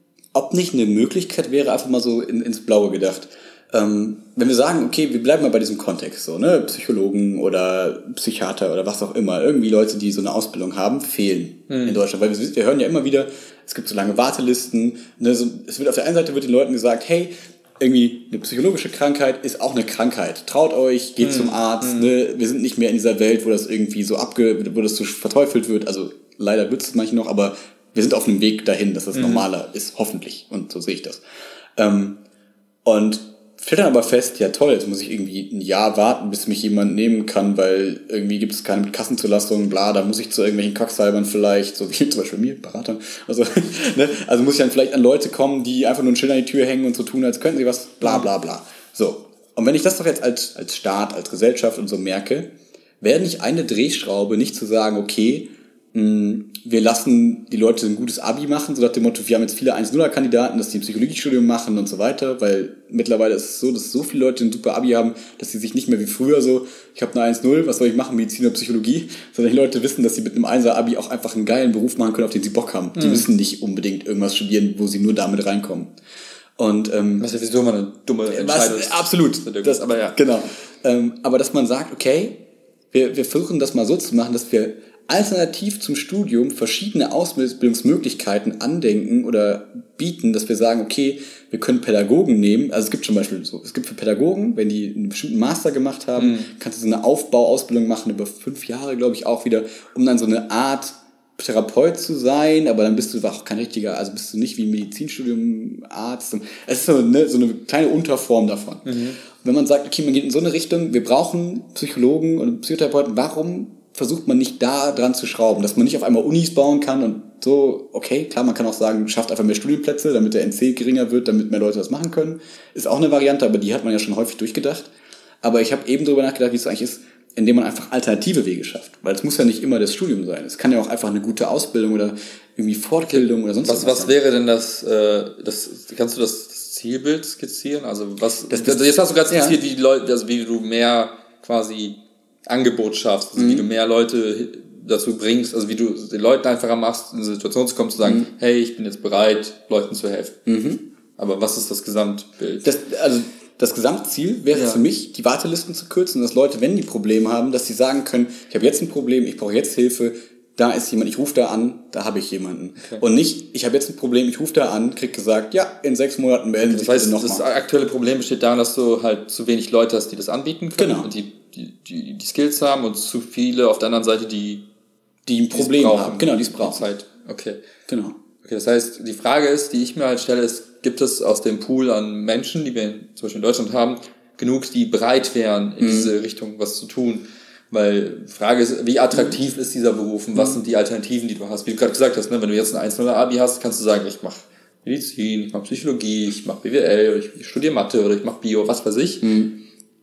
Speaker 2: ob nicht eine Möglichkeit wäre, einfach mal so in, ins Blaue gedacht. Ähm, wenn wir sagen, okay, wir bleiben mal bei diesem Kontext, so, ne, Psychologen oder Psychiater oder was auch immer, irgendwie Leute, die so eine Ausbildung haben, fehlen mhm. in Deutschland, weil wir, wir hören ja immer wieder, es gibt so lange Wartelisten, ne, so, es wird auf der einen Seite wird den Leuten gesagt, hey, irgendwie eine psychologische Krankheit ist auch eine Krankheit. Traut euch, geht mhm. zum Arzt, mhm. ne, wir sind nicht mehr in dieser Welt, wo das irgendwie so abge, wo das so verteufelt wird, also leider wird es manche noch, aber wir sind auf einem Weg dahin, dass das mhm. normaler ist, hoffentlich, und so sehe ich das. Ähm, und stellt dann aber fest, ja toll, jetzt muss ich irgendwie ein Jahr warten, bis mich jemand nehmen kann, weil irgendwie gibt es keine Kassenzulassung, bla, da muss ich zu irgendwelchen Quacksalbern vielleicht, so wie zum Beispiel mir, Beratern, also, ne, also muss ich dann vielleicht an Leute kommen, die einfach nur ein Schild an die Tür hängen und so tun, als könnten sie was, bla bla bla. So, und wenn ich das doch jetzt als, als Staat, als Gesellschaft und so merke, wäre nicht eine Drehschraube, nicht zu sagen, okay, mh, wir lassen die Leute ein gutes Abi machen, so nach dem Motto, wir haben jetzt viele eins null Kandidaten, dass die ein Psychologiestudium machen und so weiter, weil mittlerweile ist es so, dass so viele Leute ein super Abi haben, dass sie sich nicht mehr wie früher so, ich habe eine eins null, was soll ich machen, Medizin oder Psychologie, sondern die Leute wissen, dass sie mit einem einser Abi auch einfach einen geilen Beruf machen können, auf den sie Bock haben. Mhm. Die müssen nicht unbedingt irgendwas studieren, wo sie nur damit reinkommen. Und, ähm,
Speaker 1: was ja sowieso immer eine dumme Entscheidung
Speaker 2: ist. Absolut. Das, aber ja. Genau. Ähm, aber dass man sagt, okay, wir, wir versuchen das mal so zu machen, dass wir alternativ zum Studium verschiedene Ausbildungsmöglichkeiten andenken oder bieten, dass wir sagen, okay, wir können Pädagogen nehmen, also es gibt zum Beispiel so, es gibt für Pädagogen, wenn die einen bestimmten Master gemacht haben, mhm. kannst du so eine Aufbauausbildung machen, über fünf Jahre, glaube ich, auch wieder, um dann so eine Art Therapeut zu sein, aber dann bist du auch kein richtiger, also bist du nicht wie Medizinstudium, Arzt. Es ist so eine, so eine kleine Unterform davon. Mhm. Wenn man sagt, okay, man geht in so eine Richtung, wir brauchen Psychologen und Psychotherapeuten, warum versucht man nicht da dran zu schrauben, dass man nicht auf einmal Unis bauen kann und so, okay, klar, man kann auch sagen, schafft einfach mehr Studienplätze, damit der N C geringer wird, damit mehr Leute das machen können. Ist auch eine Variante, aber die hat man ja schon häufig durchgedacht. Aber ich habe eben darüber nachgedacht, wie es eigentlich ist, indem man einfach alternative Wege schafft. Weil es muss ja nicht immer das Studium sein. Es kann ja auch einfach eine gute Ausbildung oder irgendwie Fortbildung oder sonst
Speaker 1: was. Was, was wäre denn das, äh, das, kannst du das, das Zielbild skizzieren? Also was, das, das, jetzt hast du gerade skizziert, ja. wie die Leute, also wie du mehr quasi Angebot schaffst, also mhm. wie du mehr Leute dazu bringst, also wie du den Leuten einfacher machst, in eine Situation zu kommen, zu sagen, mhm. hey, ich bin jetzt bereit, Leuten zu helfen. Mhm. Aber was ist das Gesamtbild?
Speaker 2: Das, also das Gesamtziel wäre ja. für mich, die Wartelisten zu kürzen, dass Leute, wenn die Probleme haben, dass sie sagen können, ich habe jetzt ein Problem, ich brauche jetzt Hilfe, da ist jemand, ich rufe da an, da habe ich jemanden. Okay. Und nicht, ich habe jetzt ein Problem, ich rufe da an, krieg gesagt, ja, in sechs Monaten melden
Speaker 1: sich bitte nochmal. Das heißt, das aktuelle Problem besteht darin, dass du halt zu wenig Leute hast, die das anbieten können.
Speaker 2: Genau.
Speaker 1: Und die, die, die, die Skills haben und zu viele auf der anderen Seite, die
Speaker 2: die ein Problem haben. Genau, die es brauchen.
Speaker 1: Zeit. Okay.
Speaker 2: Genau.
Speaker 1: Okay, das heißt, die Frage ist, die ich mir halt stelle, ist, gibt es aus dem Pool an Menschen, die wir in, zum Beispiel in Deutschland haben, genug, die bereit wären, in mhm. diese Richtung was zu tun? Weil die Frage ist, wie attraktiv mhm. ist dieser Beruf und was mhm. sind die Alternativen, die du hast? Wie du gerade gesagt hast, ne, wenn du jetzt ein eins null Abi hast, kannst du sagen, ich mache Medizin, ich mache Psychologie, ich mache B W L, oder ich, ich studiere Mathe oder ich mache Bio, was weiß ich. Mhm.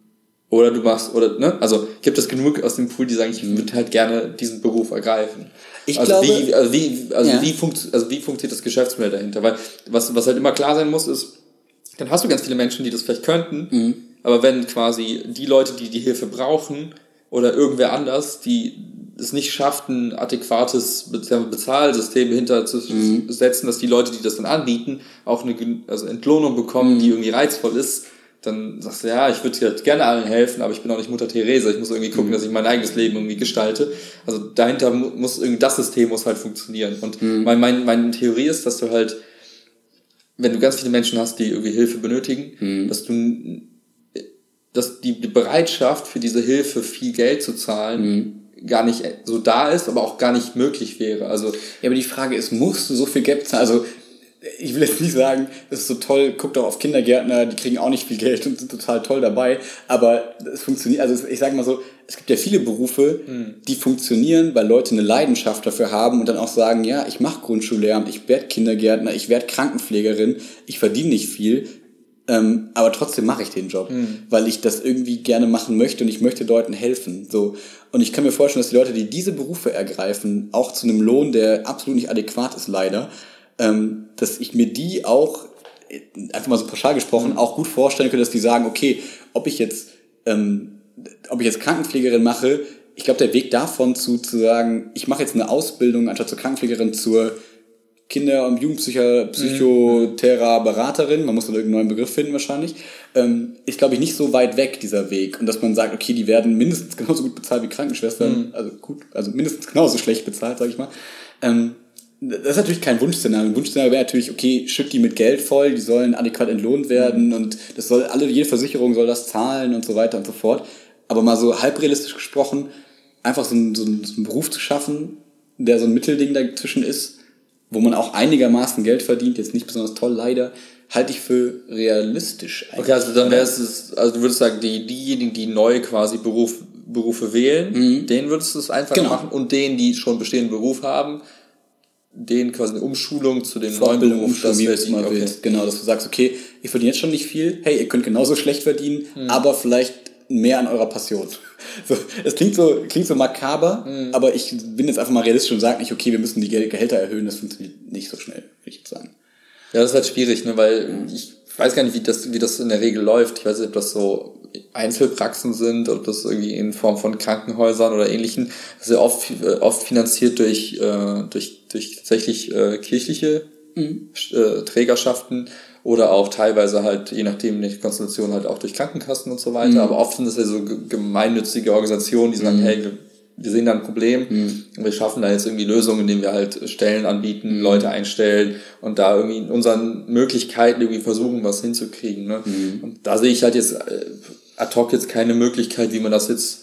Speaker 1: Oder du machst, oder, ne, also gibt es genug aus dem Pool, die sagen, ich mhm. würde halt gerne diesen Beruf ergreifen. Ich also, glaube, wie, also, wie, also, ja. wie funkt, also wie funktioniert das Geschäftsmodell dahinter? Weil was, was halt immer klar sein muss, ist, dann hast du ganz viele Menschen, die das vielleicht könnten, mhm. aber wenn quasi die Leute, die die Hilfe brauchen, oder irgendwer anders, die es nicht schafft, ein adäquates Bezahlsystem hinterzusetzen, mhm. dass die Leute, die das dann anbieten, auch eine also Entlohnung bekommen, mhm. die irgendwie reizvoll ist, dann sagst du, ja, ich würde dir gerne allen helfen, aber ich bin auch nicht Mutter Teresa, ich muss irgendwie gucken, mhm. dass ich mein eigenes Leben irgendwie gestalte. Also dahinter muss irgendwie, das System muss halt funktionieren. Und mhm. mein, mein, meine Theorie ist, dass du halt, wenn du ganz viele Menschen hast, die irgendwie Hilfe benötigen, mhm. dass du dass die Bereitschaft für diese Hilfe viel Geld zu zahlen mhm. gar nicht so da ist, aber auch gar nicht möglich wäre. Also
Speaker 2: ja, aber die Frage ist, musst du so viel Geld zahlen? Also ich will jetzt nicht sagen, das ist so toll, guck doch auf Kindergärtner, die kriegen auch nicht viel Geld und sind total toll dabei, aber es funktioniert, also ich sage mal so, es gibt ja viele Berufe, mhm. die funktionieren, weil Leute eine Leidenschaft dafür haben und dann auch sagen, ja, ich mache Grundschullehramt, ich werde Kindergärtner, ich werde Krankenpflegerin, ich verdiene nicht viel, Ähm, aber trotzdem mache ich den Job, mhm. weil ich das irgendwie gerne machen möchte und ich möchte Leuten helfen. So. Und ich kann mir vorstellen, dass die Leute, die diese Berufe ergreifen, auch zu einem Lohn, der absolut nicht adäquat ist, leider, ähm, dass ich mir die auch, einfach mal so pauschal gesprochen, mhm. auch gut vorstellen könnte, dass die sagen, okay, ob ich jetzt, ähm, ob ich jetzt Krankenpflegerin mache, ich glaube, der Weg davon zu, zu sagen, ich mache jetzt eine Ausbildung anstatt zur Krankenpflegerin zur Kinder- und Jugendpsychotherapeutin, man muss da irgendeinen neuen Begriff finden wahrscheinlich, ähm, ist, glaube ich, nicht so weit weg, dieser Weg. Und dass man sagt, okay, die werden mindestens genauso gut bezahlt wie Krankenschwestern, mhm. also gut, also mindestens genauso schlecht bezahlt, sage ich mal. Ähm, das ist natürlich kein Wunschszenario. Ein Wunschszenario wäre natürlich, okay, schütt die mit Geld voll, die sollen adäquat entlohnt werden mhm. und das soll alle, jede Versicherung soll das zahlen und so weiter und so fort. Aber mal so halbrealistisch gesprochen, einfach so einen, so einen, so einen Beruf zu schaffen, der so ein Mittelding dazwischen ist, wo man auch einigermaßen Geld verdient, jetzt nicht besonders toll, leider, halte ich für realistisch.
Speaker 1: Okay, also dann wäre es, also du würdest sagen, die, diejenigen, die neu quasi Beruf, Berufe wählen, mhm. denen würdest du es einfach genau. machen und denen, die schon bestehenden Beruf haben, denen quasi eine Umschulung zu dem neuen Beruf,
Speaker 2: Umschulung, wie du es mal okay. willst. Genau, dass du sagst, okay, ich verdiene jetzt schon nicht viel, hey, ihr könnt genauso schlecht verdienen, mhm. aber vielleicht mehr an eurer Passion. So, es klingt so, klingt so makaber, mhm. aber ich bin jetzt einfach mal realistisch und sage nicht, okay, wir müssen die Gehälter erhöhen, das funktioniert nicht so schnell, würde ich jetzt sagen.
Speaker 1: Ja, das ist halt schwierig, ne, weil ich weiß gar nicht, wie das, wie das in der Regel läuft. Ich weiß nicht, ob das so Einzelpraxen sind, ob das irgendwie in Form von Krankenhäusern oder Ähnlichem. Das ist ja oft, oft finanziert durch, äh, durch, durch tatsächlich äh, kirchliche mhm. äh, Trägerschaften. Oder auch teilweise halt, je nachdem, die Konstellation halt auch durch Krankenkassen und so weiter. Mhm. Aber oft sind das ja so gemeinnützige Organisationen, die sagen, mhm. hey, wir sehen da ein Problem mhm. und wir schaffen da jetzt irgendwie Lösungen, indem wir halt Stellen anbieten, mhm. Leute einstellen und da irgendwie in unseren Möglichkeiten irgendwie versuchen, was hinzukriegen. Ne? Mhm. Und da sehe ich halt jetzt äh, ad hoc jetzt keine Möglichkeit, wie man das jetzt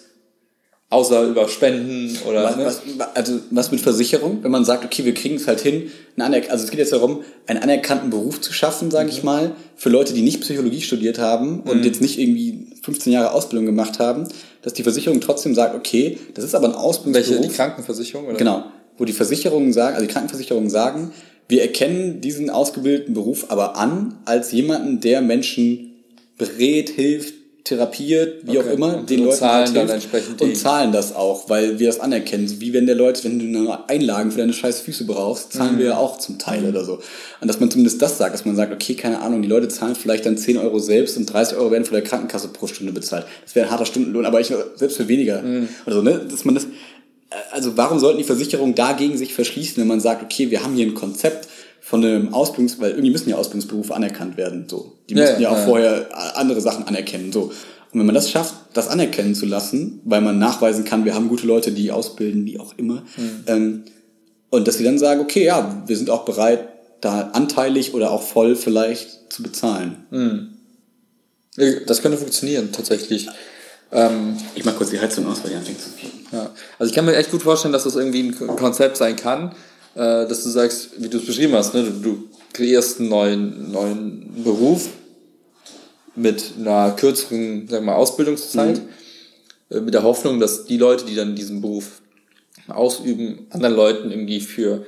Speaker 1: außer über Spenden oder...
Speaker 2: Was,
Speaker 1: ne?
Speaker 2: was, also was mit Versicherung? Wenn man sagt, okay, wir kriegen es halt hin, eine also es geht jetzt darum, einen anerkannten Beruf zu schaffen, sage mhm. ich mal, für Leute, die nicht Psychologie studiert haben und mhm. jetzt nicht irgendwie fünfzehn Jahre Ausbildung gemacht haben, dass die Versicherung trotzdem sagt, okay, das ist aber ein Ausbildungsberuf.
Speaker 1: Welche, die Krankenversicherung? Oder?
Speaker 2: Genau, wo die Versicherungen sagen, also die Krankenversicherungen sagen, wir erkennen diesen ausgebildeten Beruf aber an als jemanden, der Menschen berät, hilft, therapiert, wie okay. auch immer,
Speaker 1: und den Leuten zahlen dann entsprechend
Speaker 2: und zahlen das auch, weil wir das anerkennen. Wie wenn der Leute, wenn du eine Einlagen für deine scheiß Füße brauchst, zahlen mhm. wir ja auch zum Teil mhm. oder so. Und dass man zumindest das sagt, dass man sagt, okay, keine Ahnung, die Leute zahlen vielleicht dann zehn Euro selbst und dreißig Euro werden von der Krankenkasse pro Stunde bezahlt. Das wäre ein harter Stundenlohn, aber ich selbst für weniger. Mhm. Oder so, ne? Dass man das, also warum sollten die Versicherungen dagegen sich verschließen, wenn man sagt, okay, wir haben hier ein Konzept von einem Ausbildungs-, weil irgendwie müssen ja Ausbildungsberufe anerkannt werden, so. Die müssen ja, ja auch ja. vorher andere Sachen anerkennen, so. Und wenn man das schafft, das anerkennen zu lassen, weil man nachweisen kann, wir haben gute Leute, die ausbilden, wie auch immer, mhm. ähm, und dass sie dann sagen, okay, ja, wir sind auch bereit, da anteilig oder auch voll vielleicht zu bezahlen.
Speaker 1: Mhm. Das könnte funktionieren, tatsächlich. Ähm,
Speaker 2: ich mach kurz die Heizung aus, weil die anfängt zu fliegen.
Speaker 1: Ja. Also ich kann mir echt gut vorstellen, dass das irgendwie ein Konzept sein kann, dass du sagst, wie du es beschrieben hast, ne, du, du kreierst einen neuen, neuen Beruf mit einer kürzeren, sagen wir mal, Ausbildungszeit, mhm. mit der Hoffnung, dass die Leute, die dann diesen Beruf ausüben, anderen Leuten irgendwie für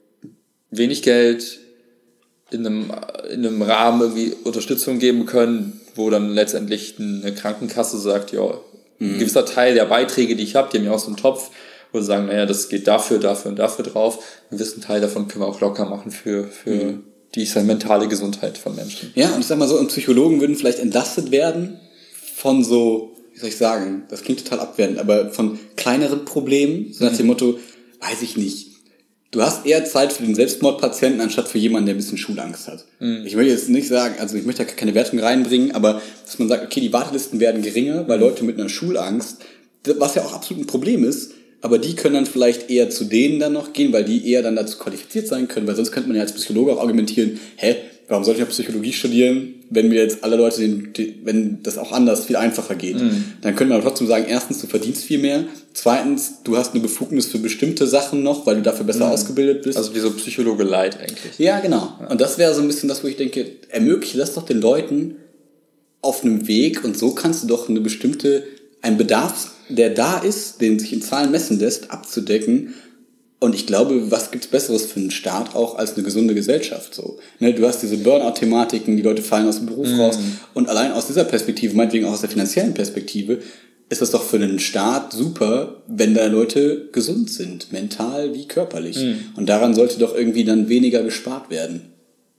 Speaker 1: wenig Geld in einem, in einem Rahmen irgendwie Unterstützung geben können, wo dann letztendlich eine Krankenkasse sagt, ja, mhm. ein gewisser Teil der Beiträge, die ich habe, die haben ja auch so einen Topf, wo sie sagen, naja, das geht dafür, dafür und dafür drauf. Einen gewissen Teil davon können wir auch locker machen für, für mhm. die mentale Gesundheit von Menschen.
Speaker 2: Ja, und ich sag mal so, und Psychologen würden vielleicht entlastet werden von so, wie soll ich sagen, das klingt total abwertend, aber von kleineren Problemen, so nach dem Motto, weiß ich nicht, du hast eher Zeit für den Selbstmordpatienten, anstatt für jemanden, der ein bisschen Schulangst hat. Mhm. Ich möchte jetzt nicht sagen, also ich möchte da keine Wertung reinbringen, aber dass man sagt, okay, die Wartelisten werden geringer, weil Leute mit einer Schulangst, was ja auch absolut ein Problem ist, aber die können dann vielleicht eher zu denen dann noch gehen, weil die eher dann dazu qualifiziert sein können, weil sonst könnte man ja als Psychologe auch argumentieren, hä, warum sollte ich auch Psychologie studieren, wenn wir jetzt alle Leute, den, die, wenn das auch anders viel einfacher geht. Mhm. Dann könnte man trotzdem sagen, erstens, du verdienst viel mehr, zweitens, du hast eine Befugnis für bestimmte Sachen noch, weil du dafür besser mhm. ausgebildet bist.
Speaker 1: Also wie so Psychologe Light eigentlich.
Speaker 2: Ja, genau. Ja. Und das wäre so ein bisschen das, wo ich denke, ermögliche das doch den Leuten auf einem Weg und so kannst du doch eine bestimmte, ein Bedarf, der da ist, den sich in Zahlen messen lässt, abzudecken Und ich glaube, was gibt's Besseres für einen Staat auch als eine gesunde Gesellschaft? So, ne, du hast diese Burnout-Thematiken, die Leute fallen aus dem Beruf mm. raus. Und allein aus dieser Perspektive, meinetwegen auch aus der finanziellen Perspektive, ist das doch für einen Staat super, wenn da Leute gesund sind, mental wie körperlich. Mm. Und daran sollte doch irgendwie dann weniger gespart werden.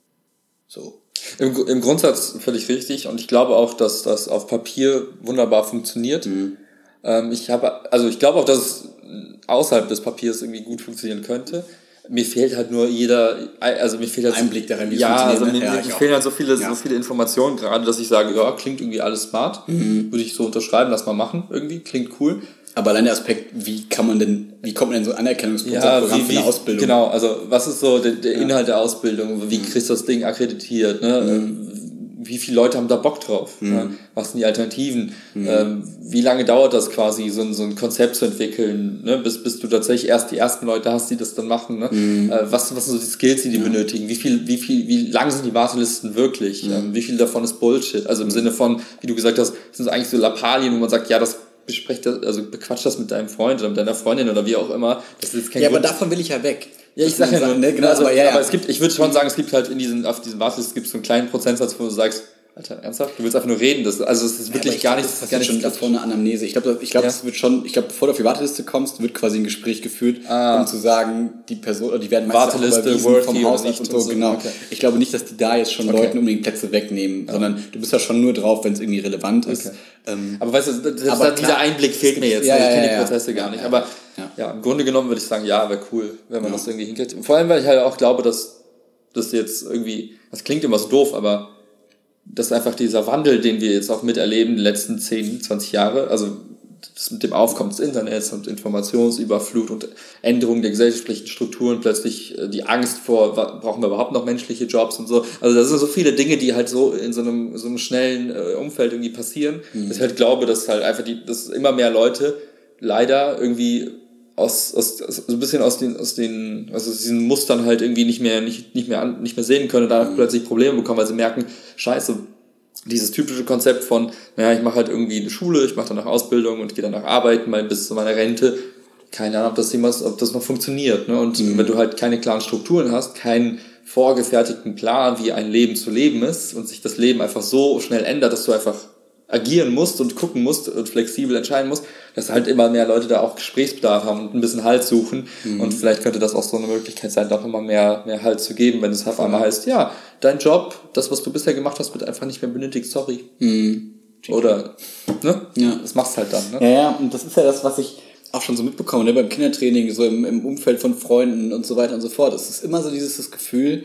Speaker 2: So.
Speaker 1: Im, Im Grundsatz völlig richtig. Und ich glaube auch, dass das auf Papier wunderbar funktioniert. Mm. Ähm, ich habe, also ich glaube auch, dass es außerhalb des Papiers irgendwie gut funktionieren könnte. Mir fehlt halt nur jeder, also mir fehlt halt
Speaker 2: Einblick darin, wie es
Speaker 1: ja,
Speaker 2: funktioniert.
Speaker 1: Also mir,
Speaker 2: ja,
Speaker 1: mir fehlen halt so viele, ja. so viele Informationen gerade, dass ich sage, ja, klingt irgendwie alles smart, mhm. würde ich so unterschreiben, lass mal machen, irgendwie, klingt cool.
Speaker 2: Aber allein der Aspekt, wie kann man denn, wie kommt man denn so Anerkennungsprogramm
Speaker 1: ja, wie,
Speaker 2: für eine Ausbildung?
Speaker 1: Genau, also was ist so der, der Inhalt ja. der Ausbildung, wie kriegst du das Ding akkreditiert, ne? Mhm. Wie viele Leute haben da Bock drauf? Mhm. Ne? Was sind die Alternativen? Mhm. Ähm, wie lange dauert das quasi, so ein, so ein Konzept zu entwickeln, ne? bis, bis du tatsächlich erst die ersten Leute hast, die das dann machen? Ne? Mhm. Äh, was, was sind so die Skills, die die ja. benötigen? Wie viel, wie viel, wie lang sind die Wartelisten wirklich? Mhm. Ähm, wie viel davon ist Bullshit? Also im mhm. Sinne von, wie du gesagt hast, sind es eigentlich so Lappalien, wo man sagt, ja, das besprecht das, also bequatscht das mit deinem Freund oder mit deiner Freundin oder wie auch immer. Das ist kein
Speaker 2: ja,
Speaker 1: Grund.
Speaker 2: aber davon will ich ja weg.
Speaker 1: Ja, ich sag ja nur, ne? Genau, also, aber, ja, ja. aber es gibt, ich würde schon sagen, es gibt halt in diesen, auf diesen Wartelisten gibt es so einen kleinen Prozentsatz, wo du sagst, Alter, ernsthaft? Du willst einfach nur reden. Das, also es ist wirklich ja, gar nichts.
Speaker 2: Das ist schon davor eine Anamnese. Ich glaube, ich glaube, es ja. wird schon, ich glaube, bevor du auf die Warteliste kommst, wird quasi ein Gespräch geführt, ah. um zu sagen, die Person, oder die werden meistens
Speaker 1: Warteliste,
Speaker 2: vom Hausarzt und so, und so, genau. Okay. Ich glaube nicht, dass die da jetzt schon okay. Leuten unbedingt Plätze wegnehmen, ja. sondern du bist ja schon nur drauf, wenn es irgendwie relevant ist. Okay.
Speaker 1: Ähm, aber weißt du, das, aber das, dieser Einblick fehlt mir jetzt. Ja, ich kenne ja, die Prozesse ja, gar nicht. Aber ja. ja, im Grunde genommen würde ich sagen, ja, wäre cool, wenn man ja. das irgendwie hinkriegt. Vor allem, weil ich halt auch glaube, dass das jetzt irgendwie, das klingt immer so doof, aber dass einfach dieser Wandel, den wir jetzt auch miterleben, die letzten zehn, zwanzig Jahre, also das mit dem Aufkommen des Internets und Informationsüberflut und Änderung der gesellschaftlichen Strukturen, plötzlich die Angst vor, brauchen wir überhaupt noch menschliche Jobs und so. Also das sind so viele Dinge, die halt so in so einem, so einem schnellen Umfeld irgendwie passieren, mhm. dass ich halt glaube, dass halt einfach die, dass immer mehr Leute leider irgendwie aus, aus, aus so ein bisschen aus den, aus den, also aus diesen Mustern halt irgendwie nicht mehr, nicht, nicht mehr, an, nicht mehr sehen können und dann mhm. plötzlich Probleme bekommen, weil sie merken, scheiße, dieses typische Konzept von, naja, ich mache halt irgendwie eine Schule, ich mache danach Ausbildung und gehe danach arbeiten, mal bis zu meiner Rente. Keine Ahnung, ob das jemals, ob das noch funktioniert, ne? Und mhm. wenn du halt keine klaren Strukturen hast, keinen vorgefertigten Plan, wie ein Leben zu leben ist und sich das Leben einfach so schnell ändert, dass du einfach agieren musst und gucken musst und flexibel entscheiden musst, dass halt immer mehr Leute da auch Gesprächsbedarf haben und ein bisschen Halt suchen. Mhm. Und vielleicht könnte das auch so eine Möglichkeit sein, da nochmal mehr, mehr Halt zu geben, wenn es auf einmal heißt, ja, dein Job, das, was du bisher gemacht hast, wird einfach nicht mehr benötigt, sorry. Mhm. Oder, ne? Ja. Das machst halt dann, ne?
Speaker 2: Ja, ja, und das ist ja das, was ich auch schon so mitbekomme, ne? Beim Kindertraining, so im, im Umfeld von Freunden und so weiter und so fort. Es ist immer so dieses das Gefühl,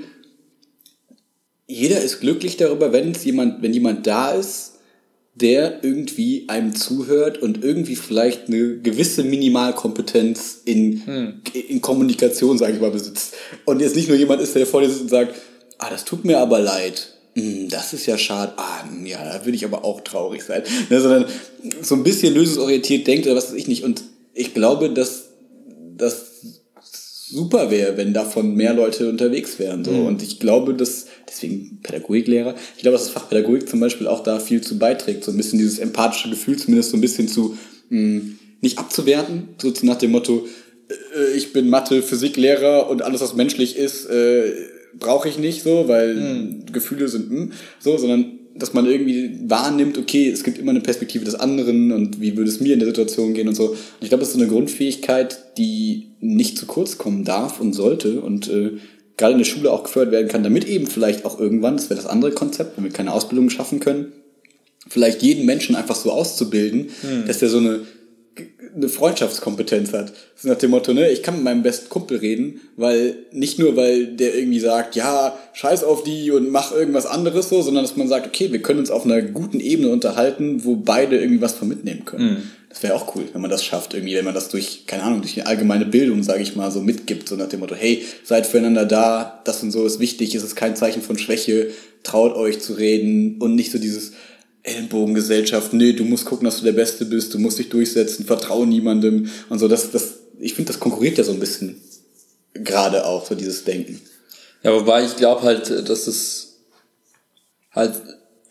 Speaker 2: jeder ist glücklich darüber, wenn es jemand, wenn jemand da ist, der irgendwie einem zuhört und irgendwie vielleicht eine gewisse Minimalkompetenz in, hm. in Kommunikation, sage ich mal, besitzt. Und jetzt nicht nur jemand ist, der vor dir sitzt und sagt, ah, das tut mir aber leid. Hm, das ist ja schade. Ah, ja, da würde ich aber auch traurig sein. Ne, sondern so ein bisschen lösungsorientiert denkt oder was weiß ich nicht. Und ich glaube, dass das super wäre, wenn davon mehr Leute unterwegs wären. So. Mhm. Und ich glaube, dass, deswegen Pädagogiklehrer, ich glaube, dass das Fach Pädagogik zum Beispiel auch da viel zu beiträgt. So ein bisschen dieses empathische Gefühl zumindest so ein bisschen zu, mh, nicht abzuwerten, so nach dem Motto, äh, ich bin Mathe, Physiklehrer und alles, was menschlich ist, äh, brauche ich nicht so, weil mhm. Gefühle sind mh, so, sondern dass man irgendwie wahrnimmt, okay, es gibt immer eine Perspektive des anderen und wie würde es mir in der Situation gehen und so. Und ich glaube, das ist so eine Grundfähigkeit, die nicht zu kurz kommen darf und sollte und äh, gerade in der Schule auch gefördert werden kann, damit eben vielleicht auch irgendwann, das wäre das andere Konzept, wenn wir keine Ausbildung schaffen können, vielleicht jeden Menschen einfach so auszubilden, hm. dass der so eine eine Freundschaftskompetenz hat. Das ist nach dem Motto, ne, ich kann mit meinem besten Kumpel reden, weil, nicht nur, weil der irgendwie sagt, ja, scheiß auf die und mach irgendwas anderes so, sondern dass man sagt, okay, wir können uns auf einer guten Ebene unterhalten, wo beide irgendwie was von mitnehmen können. Mhm. Das wäre auch cool, wenn man das schafft, irgendwie, wenn man das durch, keine Ahnung, durch eine allgemeine Bildung, sage ich mal, so mitgibt, so nach dem Motto, hey, seid füreinander da, das und so ist wichtig, es ist kein Zeichen von Schwäche, traut euch zu reden und nicht so dieses Ellenbogengesellschaft, nee, du musst gucken, dass du der Beste bist, du musst dich durchsetzen, vertraue niemandem und so, das, das, ich finde, das konkurriert ja so ein bisschen gerade auch, so dieses Denken.
Speaker 1: Ja, wobei ich glaube halt, dass es halt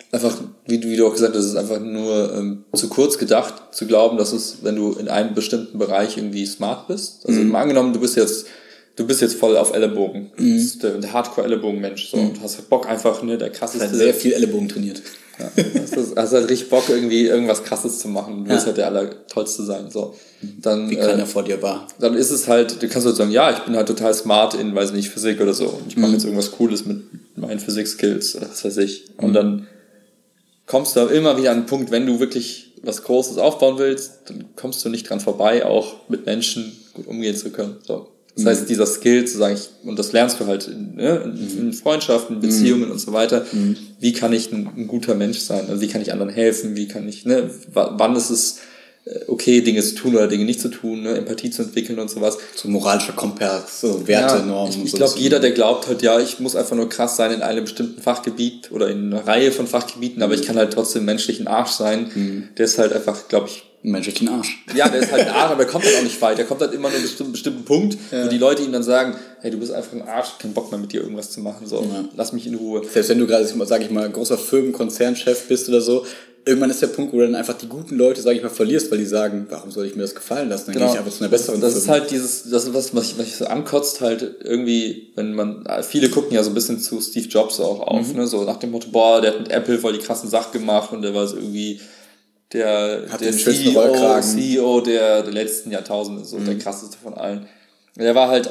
Speaker 1: einfach, wie du, wie du auch gesagt hast, es ist einfach nur ähm, zu kurz gedacht, zu glauben, dass es, wenn du in einem bestimmten Bereich irgendwie smart bist. Also mhm. mal angenommen, du bist jetzt, du bist jetzt voll auf Ellenbogen. Mhm. Du bist der, der Hardcore-Ellenbogen-Mensch. So, mhm. und hast Bock einfach, ne, der krasseste.
Speaker 2: Hat sehr viel Ellenbogen trainiert.
Speaker 1: Ja, hast, hast halt richtig Bock, irgendwie irgendwas Krasses zu machen. Du willst ja. halt der Allertollste sein. So. Dann,
Speaker 2: wie keiner äh, vor dir war.
Speaker 1: Dann ist es halt, du kannst halt sagen, ja, ich bin halt total smart in, weiß nicht, Physik oder so. Und ich mache mhm. jetzt irgendwas Cooles mit meinen Physik-Skills oder was weiß ich. Und mhm. dann kommst du immer wieder an den Punkt, wenn du wirklich was Großes aufbauen willst, dann kommst du nicht dran vorbei, auch mit Menschen gut umgehen zu können. So. Das mhm. heißt, dieser Skill zu sagen, ich, und das lernst du halt in, ne, in, in Freundschaften, Beziehungen mhm. und so weiter. Mhm. Wie kann ich ein, ein guter Mensch sein? Also wie kann ich anderen helfen? Wie kann ich, ne, wann ist es okay, Dinge zu tun oder Dinge nicht zu tun, ne, Empathie zu entwickeln und sowas.
Speaker 2: So moralischer Kompass, so Werte,
Speaker 1: ja,
Speaker 2: Normen.
Speaker 1: Ich, ich
Speaker 2: so
Speaker 1: glaube, jeder, der glaubt halt, ja, ich muss einfach nur krass sein in einem bestimmten Fachgebiet oder in einer Reihe von Fachgebieten, mhm. aber ich kann halt trotzdem menschlich ein Arsch sein, mhm. der ist halt einfach, glaube ich,
Speaker 2: menschlich ein Arsch.
Speaker 1: Ja, der ist halt ein Arsch, aber er kommt halt auch nicht weit. Er kommt halt immer nur bis zu einem bestimmten Punkt, ja. wo die Leute ihm dann sagen, hey, du bist einfach ein Arsch, kein Bock mehr mit dir irgendwas zu machen, so, ja. lass mich in Ruhe.
Speaker 2: Selbst wenn du gerade, sag ich mal, großer Firmenkonzernchef bist oder so, irgendwann ist der Punkt, wo du dann einfach die guten Leute, sag ich mal, verlierst, weil die sagen, warum soll ich mir das gefallen lassen? Dann genau. gehe ich einfach zu einer besseren
Speaker 1: Das, das ist halt dieses, das ist was, was mich so ankotzt, halt irgendwie, wenn man, viele gucken ja so ein bisschen zu Steve Jobs auch auf, mhm. ne, so nach dem Motto, boah, der hat mit Apple voll die krassen Sachen gemacht und der war so irgendwie der, der C E O, C E O der, der letzten Jahrtausende, so mhm. der krasseste von allen. Der war halt,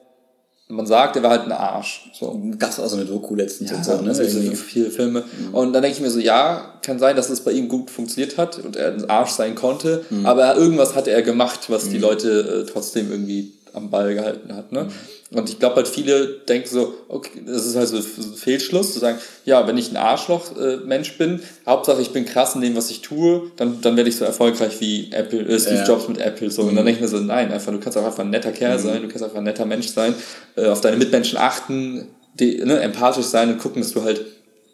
Speaker 1: man sagt, der war halt ein Arsch. So.
Speaker 2: Gab's auch so eine Doku letztens
Speaker 1: ja,
Speaker 2: und so, ne?
Speaker 1: Also so viele Filme. Mhm. Und dann denke ich mir so, ja, kann sein, dass es bei ihm gut funktioniert hat und er ein Arsch sein konnte, mhm. aber irgendwas hatte er gemacht, was mhm. die Leute äh, trotzdem irgendwie am Ball gehalten hat, ne? Mhm. Und ich glaube halt, viele denken so, okay, das ist halt so ein Fehlschluss, zu sagen, ja, wenn ich ein Arschloch-Mensch äh, bin, Hauptsache ich bin krass in dem, was ich tue, dann, dann werde ich so erfolgreich wie Apple, äh, Steve ja. Jobs mit Apple, so. Mhm. Und dann denke ich mir so, nein, einfach, du kannst auch einfach ein netter Kerl mhm. sein, du kannst einfach ein netter Mensch sein, äh, auf deine Mitmenschen achten, die, ne, empathisch sein und gucken, dass du halt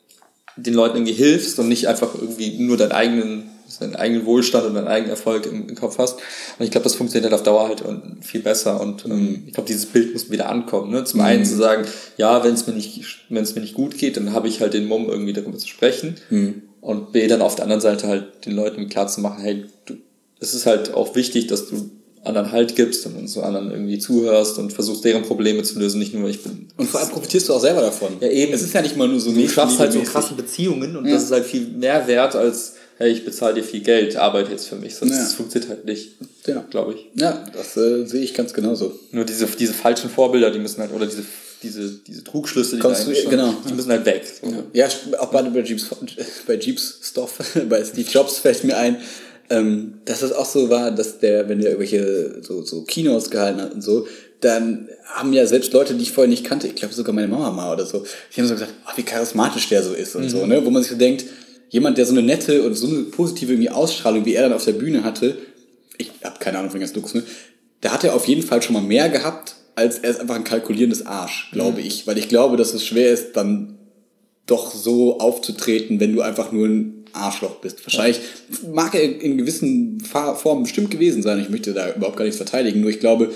Speaker 1: den Leuten irgendwie hilfst und nicht einfach irgendwie nur deinen eigenen deinen eigenen Wohlstand und deinen eigenen Erfolg im, im Kopf hast. Und ich glaube, das funktioniert halt auf Dauer halt viel besser. Und ähm, mhm. ich glaube, dieses Bild muss wieder ankommen. Ne? Zum mhm. einen zu sagen, ja, wenn es mir nicht, wenn es mir nicht gut geht, dann habe ich halt den Mumm, irgendwie darüber zu sprechen. Mhm. Und B, dann auf der anderen Seite halt den Leuten klar zu machen, hey, du, es ist halt auch wichtig, dass du anderen Halt gibst und so anderen irgendwie zuhörst und versuchst, deren Probleme zu lösen, nicht nur ich bin.
Speaker 2: Und vor allem profitierst du auch selber davon.
Speaker 1: Ja, eben.
Speaker 2: Es ist ja nicht mal nur so,
Speaker 1: du schaffst halt so krasse Beziehungen und ja. das ist halt viel mehr wert als, hey, ich bezahle dir viel Geld, arbeite jetzt für mich. Sonst ja. funktioniert halt nicht, ja. glaube ich.
Speaker 2: Ja, das äh, sehe ich ganz genauso.
Speaker 1: Nur diese, diese falschen Vorbilder, die müssen halt, oder diese, diese, diese Trugschlüsse, die, da
Speaker 2: genau.
Speaker 1: die müssen halt weg. So.
Speaker 2: Ja. ja, auch bei, bei Jeeps, bei Jeeps Stuff, bei Steve Jobs fällt mir ein, ähm, dass das auch so war, dass der, wenn der irgendwelche so, so Kinos gehalten hat und so, dann haben ja selbst Leute, die ich vorher nicht kannte, ich glaube sogar meine Mama mal oder so, die haben so gesagt, oh, wie charismatisch der so ist und mhm. so, ne, wo man sich so denkt, jemand, der so eine nette und so eine positive irgendwie Ausstrahlung, wie er dann auf der Bühne hatte, ich habe keine Ahnung von den ganzen Dokus, ne, da hat er auf jeden Fall schon mal mehr gehabt, als er ist einfach ein kalkulierendes Arsch, glaube mhm. ich, weil ich glaube, dass es schwer ist, dann doch so aufzutreten, wenn du einfach nur ein Arschloch bist. Wahrscheinlich ja. mag er in gewissen Formen bestimmt gewesen sein. Ich möchte da überhaupt gar nichts verteidigen. Nur ich glaube,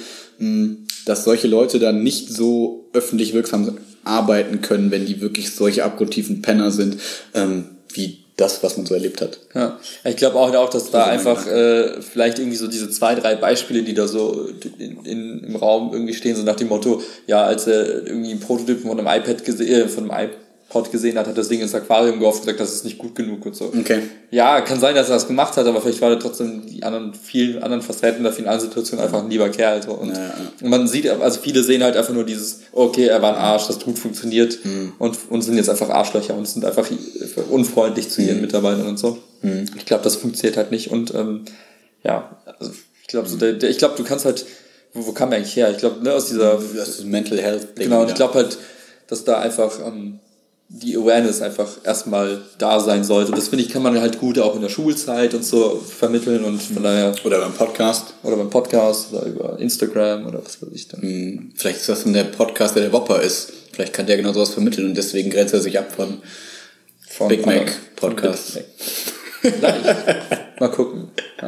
Speaker 2: dass solche Leute dann nicht so öffentlich wirksam arbeiten können, wenn die wirklich solche abgrundtiefen Penner sind, wie das, was man so erlebt hat.
Speaker 1: Ja, ich glaube auch, auch, dass da einfach äh, vielleicht irgendwie so diese zwei, drei Beispiele, die da so in, in, im Raum irgendwie stehen, so nach dem Motto, ja, als er irgendwie einen Prototyp von einem iPad gesehen, von einem iPad gesehen hat, hat das Ding ins Aquarium geworfen und gesagt, das ist nicht gut genug und so.
Speaker 2: Okay.
Speaker 1: Ja, kann sein, dass er das gemacht hat, aber vielleicht war er trotzdem die anderen, vielen anderen Facetten der finalen Situation einfach ein lieber Kerl. So. Und, ja, ja. und man sieht, also viele sehen halt einfach nur dieses, okay, er war ein Arsch, das gut funktioniert mhm. und, und sind jetzt einfach Arschlöcher und sind einfach unfreundlich zu ihren mhm. Mitarbeitern und so. Mhm. Ich glaube, das funktioniert halt nicht und ähm, ja, also ich glaube, so der, der, ich glaube, du kannst halt, wo, wo kam er eigentlich her? Ich glaube, ne, aus dieser
Speaker 2: das ist Mental Health Ding.
Speaker 1: Genau, und ich glaube halt, dass da einfach ähm, die Awareness einfach erstmal da sein sollte. Das finde ich, kann man halt gut auch in der Schulzeit und so vermitteln und von daher.
Speaker 2: Oder beim Podcast.
Speaker 1: Oder beim Podcast oder über Instagram oder was weiß ich dann.
Speaker 2: Hm, vielleicht ist das dann der Podcast, der der Whopper ist. Vielleicht kann der genau sowas vermitteln und deswegen grenzt er sich ab von, von Big Mac Podcast.
Speaker 1: Vielleicht. Mal gucken. Ja.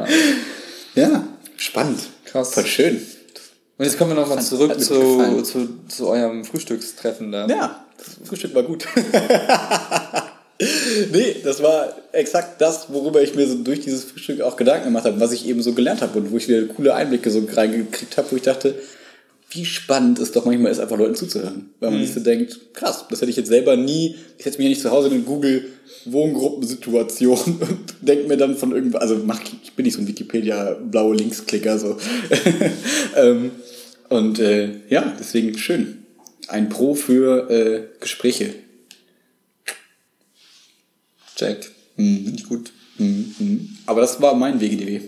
Speaker 2: ja, spannend.
Speaker 1: Krass.
Speaker 2: Voll schön.
Speaker 1: Und jetzt kommen wir nochmal zurück zu, zu, zu eurem Frühstückstreffen da.
Speaker 2: Ja, das Frühstück war gut. Nee, das war exakt das, worüber ich mir so durch dieses Frühstück auch Gedanken gemacht habe, was ich eben so gelernt habe und wo ich wieder coole Einblicke so reingekriegt habe, wo ich dachte, wie spannend es doch manchmal ist, einfach Leuten zuzuhören. Weil man mhm. sich so denkt, krass, das hätte ich jetzt selber nie, ich setze mich ja nicht zu Hause in Google Wohngruppensituation und denke mir dann von irgendwas, also mach, ich bin nicht so ein Wikipedia-blaue Linksklicker, so. ähm, und äh, ja, deswegen schön. Ein Pro für äh, Gespräche.
Speaker 1: Jack.
Speaker 2: Mhm. Finde ich gut. Mhm. Mhm. Aber das war mein W G D W.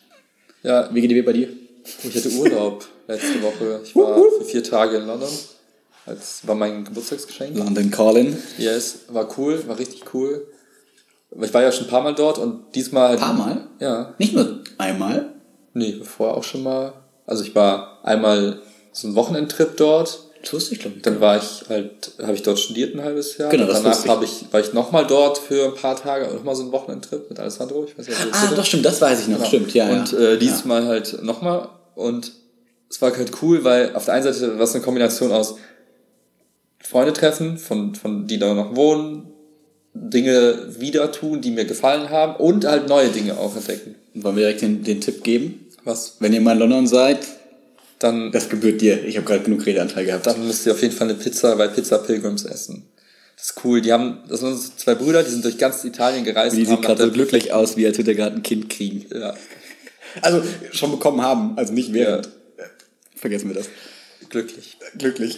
Speaker 1: Ja.
Speaker 2: W G D W bei dir?
Speaker 1: Ich hatte Urlaub letzte Woche. Ich war für vier Tage in London. Das war mein Geburtstagsgeschenk.
Speaker 2: London Calling.
Speaker 1: Yes, war cool, war richtig cool. Ich war ja schon ein paar Mal dort und diesmal...
Speaker 2: Ein paar Mal?
Speaker 1: Ja.
Speaker 2: Nicht nur einmal?
Speaker 1: Nee, vorher auch schon mal. Also ich war einmal so ein Wochenendtrip dort.
Speaker 2: Das wusste ich, glaube ich.
Speaker 1: Dann war ich halt, habe ich dort studiert ein halbes Jahr.
Speaker 2: Genau, das
Speaker 1: danach habe ich, war ich nochmal dort für ein paar Tage, nochmal so einen Wochenendtrip mit Alessandro. Ich weiß nicht,
Speaker 2: ah, doch, stimmt, das weiß ich noch, genau. Stimmt, ja.
Speaker 1: Und äh, dieses ja. Mal halt nochmal. Und es war halt cool, weil auf der einen Seite war es eine Kombination aus Freunde treffen, von, von die da noch wohnen, Dinge wieder tun, die mir gefallen haben und halt neue Dinge auch entdecken.
Speaker 2: Wollen wir direkt den, den Tipp geben?
Speaker 1: Was?
Speaker 2: Wenn ihr mal in London seid,
Speaker 1: dann...
Speaker 2: Das gebührt dir. Ich habe gerade genug Redeanteil gehabt.
Speaker 1: Dann müsst ihr auf jeden Fall eine Pizza bei Pizza Pilgrims essen. Das ist cool. Die haben, das sind zwei Brüder, die sind durch ganz Italien gereist.
Speaker 2: Die sieht gerade so glücklich aus, wie als würde er gerade ein Kind kriegen.
Speaker 1: Ja.
Speaker 2: Also schon bekommen haben, also nicht während. Ja. Vergessen wir das.
Speaker 1: Glücklich.
Speaker 2: Glücklich.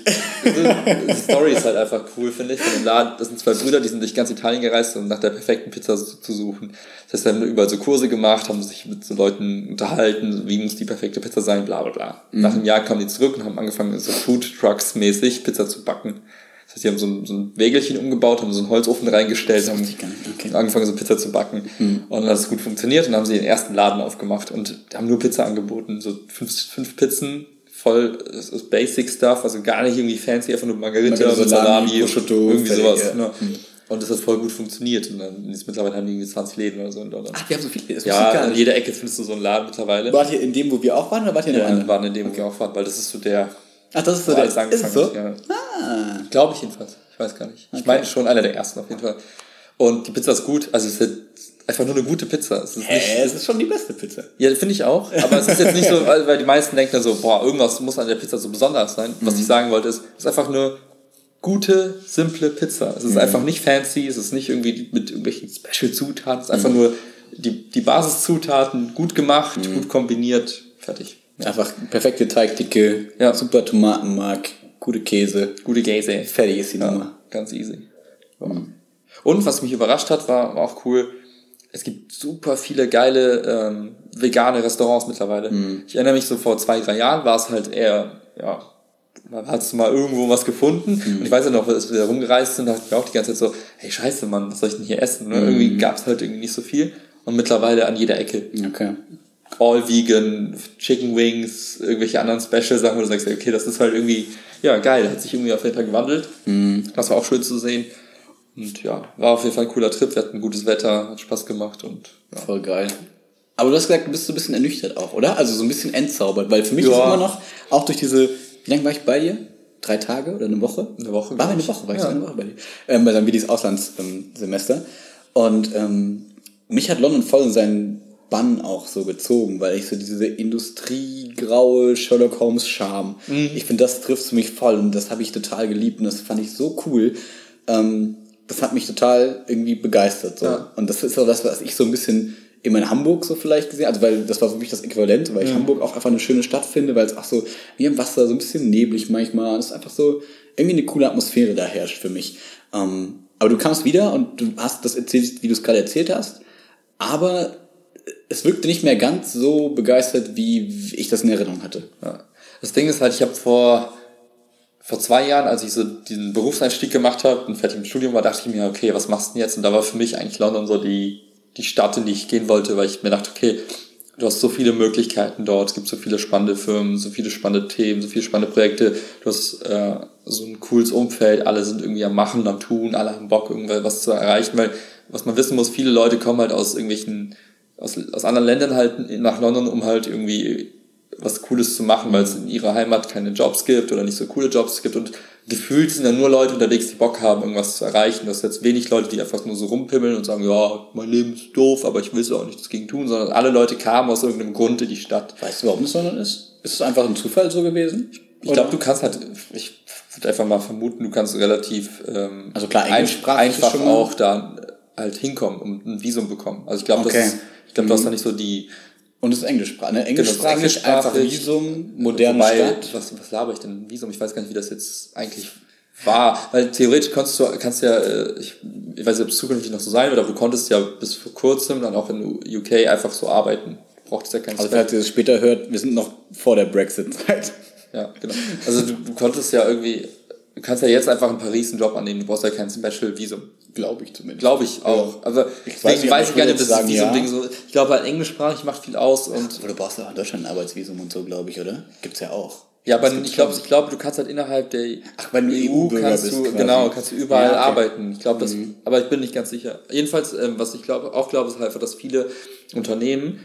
Speaker 1: Die Story ist halt einfach cool, finde ich. Von dem Laden, das sind zwei Brüder, die sind durch ganz Italien gereist, um nach der perfekten Pizza zu suchen. Das heißt, sie haben überall so Kurse gemacht, haben sich mit so Leuten unterhalten, wie muss die perfekte Pizza sein, bla bla bla. Mhm. Nach einem Jahr kamen die zurück und haben angefangen, so Food Trucks mäßig Pizza zu backen. Das heißt, die haben so ein, so ein Wägelchen umgebaut, haben so einen Holzofen reingestellt, haben okay. angefangen, so Pizza zu backen. Mhm. Und dann hat es gut funktioniert und dann haben sie den ersten Laden aufgemacht und haben nur Pizza angeboten, so fünf, fünf Pizzen. Voll das Basic Stuff, also gar nicht irgendwie fancy, einfach nur Margarita,
Speaker 2: Salami,
Speaker 1: Salami
Speaker 2: Prosciutto,
Speaker 1: irgendwie
Speaker 2: fertig,
Speaker 1: sowas.
Speaker 2: Ja.
Speaker 1: Ne? Mhm. Und das hat voll gut funktioniert. Und dann jetzt mittlerweile haben die irgendwie zwanzig Läden oder so in London.
Speaker 2: Ach, die haben so viele? Das
Speaker 1: ja, an jeder Ecke findest du so einen Laden mittlerweile.
Speaker 2: Wart ihr in dem, wo wir auch waren, oder wart ihr in
Speaker 1: ja,
Speaker 2: dem anderen?
Speaker 1: Wir waren in dem, wo wir auch waren, weil das ist so der...
Speaker 2: Ach, das ist so der... Ist es so?
Speaker 1: Ja.
Speaker 2: Ah.
Speaker 1: Glaube ich jedenfalls. Ich weiß gar nicht. Okay. Ich meine schon einer der ersten auf jeden Fall. Und die Pizza ist gut. Also es ist einfach nur eine gute Pizza. Es ist,
Speaker 2: Hä,
Speaker 1: nicht,
Speaker 2: es ist schon die beste Pizza.
Speaker 1: Ja, finde ich auch. Aber es ist jetzt nicht so, weil, weil die meisten denken dann so, boah, irgendwas muss an der Pizza so besonders sein. Was mhm. ich sagen wollte ist, es ist einfach eine gute, simple Pizza. Es ist mhm. einfach nicht fancy, es ist nicht irgendwie mit irgendwelchen Special-Zutaten. Es ist einfach mhm. nur die, die Basiszutaten gut gemacht, mhm. gut kombiniert, fertig.
Speaker 2: Ja. Einfach perfekte Teigdicke, ja. super Tomatenmark, gute Käse.
Speaker 1: Gute Käse.
Speaker 2: Fertig ist die
Speaker 1: ja,
Speaker 2: Nummer.
Speaker 1: Ganz easy. Mhm. Und was mich überrascht hat, war, war auch cool, es gibt super viele geile ähm, vegane Restaurants mittlerweile. Mhm. Ich erinnere mich so vor zwei, drei Jahren war es halt eher, ja, man hat mal irgendwo was gefunden. Mhm. Und ich weiß ja noch, als wir da rumgereist sind, dachte ich mir auch die ganze Zeit so, hey scheiße Mann, was soll ich denn hier essen? Ne? Mhm. Irgendwie gab es halt irgendwie nicht so viel. Und mittlerweile an jeder Ecke.
Speaker 2: Okay.
Speaker 1: All vegan, Chicken Wings, irgendwelche anderen Special-Sachen, wo du sagst, okay, das ist halt irgendwie, ja geil, hat sich irgendwie auf jeden Fall gewandelt. Mhm. Das war auch schön zu sehen. Und ja, war auf jeden Fall ein cooler Trip. Wir hatten gutes Wetter, hat Spaß gemacht und ja.
Speaker 2: Voll geil. Aber du hast gesagt, du bist so ein bisschen ernüchtert auch, oder? Also so ein bisschen entzaubert, weil für mich
Speaker 1: ja.
Speaker 2: ist immer noch, auch durch diese, wie lange war ich bei dir? Drei Tage oder eine Woche?
Speaker 1: Eine Woche.
Speaker 2: War eine Woche, war ich ja. so eine Woche bei dir. Ähm, bei deinem Widis Auslandssemester. Und ähm, mich hat London voll in seinen Bann auch so gezogen, weil ich so diese industriegraue Sherlock Holmes Charme, mhm. ich finde, das trifft mich voll und das habe ich total geliebt und das fand ich so cool. Ähm, das hat mich total irgendwie begeistert. So. Ja. Und das ist auch das, was ich so ein bisschen immer in Hamburg so vielleicht gesehen, also weil das war für mich das Äquivalent, weil ich mhm. Hamburg auch einfach eine schöne Stadt finde, weil es auch so wie im Wasser, so ein bisschen neblig manchmal. Es ist einfach so irgendwie eine coole Atmosphäre da herrscht für mich. Ähm, aber du kamst wieder und du hast das erzählt, wie du es gerade erzählt hast, aber es wirkte nicht mehr ganz so begeistert, wie ich das in Erinnerung hatte.
Speaker 1: Ja. Das Ding ist halt, ich habe vor vor zwei Jahren, als ich so diesen Berufseinstieg gemacht habe und fertig im Studium war, dachte ich mir, okay, was machst du denn jetzt? Und da war für mich eigentlich London so die die Stadt, in die ich gehen wollte, weil ich mir dachte, okay, du hast so viele Möglichkeiten dort, es gibt so viele spannende Firmen, so viele spannende Themen, so viele spannende Projekte, du hast äh, so ein cooles Umfeld, alle sind irgendwie am Machen, am Tun, alle haben Bock, irgendwas zu erreichen, weil was man wissen muss, viele Leute kommen halt aus irgendwelchen, aus, aus anderen Ländern halt nach London, um halt irgendwie was Cooles zu machen, weil es in ihrer Heimat keine Jobs gibt oder nicht so coole Jobs gibt und gefühlt sind da nur Leute unterwegs, die Bock haben, irgendwas zu erreichen. Das sind jetzt wenig Leute, die einfach nur so rumpimmeln und sagen, ja, mein Leben ist doof, aber ich will auch nichts dagegen tun, sondern alle Leute kamen aus irgendeinem Grund in die Stadt.
Speaker 2: Weißt du, warum es London ist? Ist es einfach ein Zufall so gewesen?
Speaker 1: Ich glaube, du kannst halt, ich würde einfach mal vermuten, du kannst relativ ähm,
Speaker 2: also klar,
Speaker 1: einfach auch da halt hinkommen und ein Visum bekommen. Also ich glaube, okay. das ist, ich glaube, mhm. du hast da nicht so die...
Speaker 2: Und es ist englischsprachig, ne? Englischsprachig, genau, einfach Visum, moderne
Speaker 1: Wobei,
Speaker 2: Stadt.
Speaker 1: Was, was laber ich denn? Visum? Ich weiß gar nicht, wie das jetzt eigentlich war. Weil theoretisch kannst du, kannst ja, ich, ich weiß nicht, ob es zukünftig noch so sein wird, aber du konntest ja bis vor kurzem dann auch in U K einfach so arbeiten. Du brauchtest ja keinen
Speaker 2: Also falls ihr das später hört, wir sind noch vor der Brexit-Zeit.
Speaker 1: Ja, genau. Also du, du konntest ja irgendwie, du kannst ja jetzt einfach in Paris einen Job annehmen, du brauchst ja kein Special-Visum.
Speaker 2: Glaube ich zumindest.
Speaker 1: Glaube ich auch. Ja. Also ich deswegen weiß, nicht, weiß ich gar nicht, ob das Visum-Ding ja. so. Ich glaube halt englischsprachig macht viel aus und.
Speaker 2: Aber du brauchst ja auch in Deutschland ein Arbeitsvisum und so, glaube ich, oder? Gibt's ja auch.
Speaker 1: Ja, aber ich glaube, ich glaube, du kannst halt innerhalb der
Speaker 2: Ach, wenn du E U
Speaker 1: kannst
Speaker 2: bist,
Speaker 1: du
Speaker 2: quasi.
Speaker 1: genau, kannst du überall
Speaker 2: ja, okay.
Speaker 1: arbeiten. Ich glaube, das, mhm. aber ich bin nicht ganz sicher. Jedenfalls, ähm, was ich glaube, auch glaube, ist halt, dass viele Unternehmen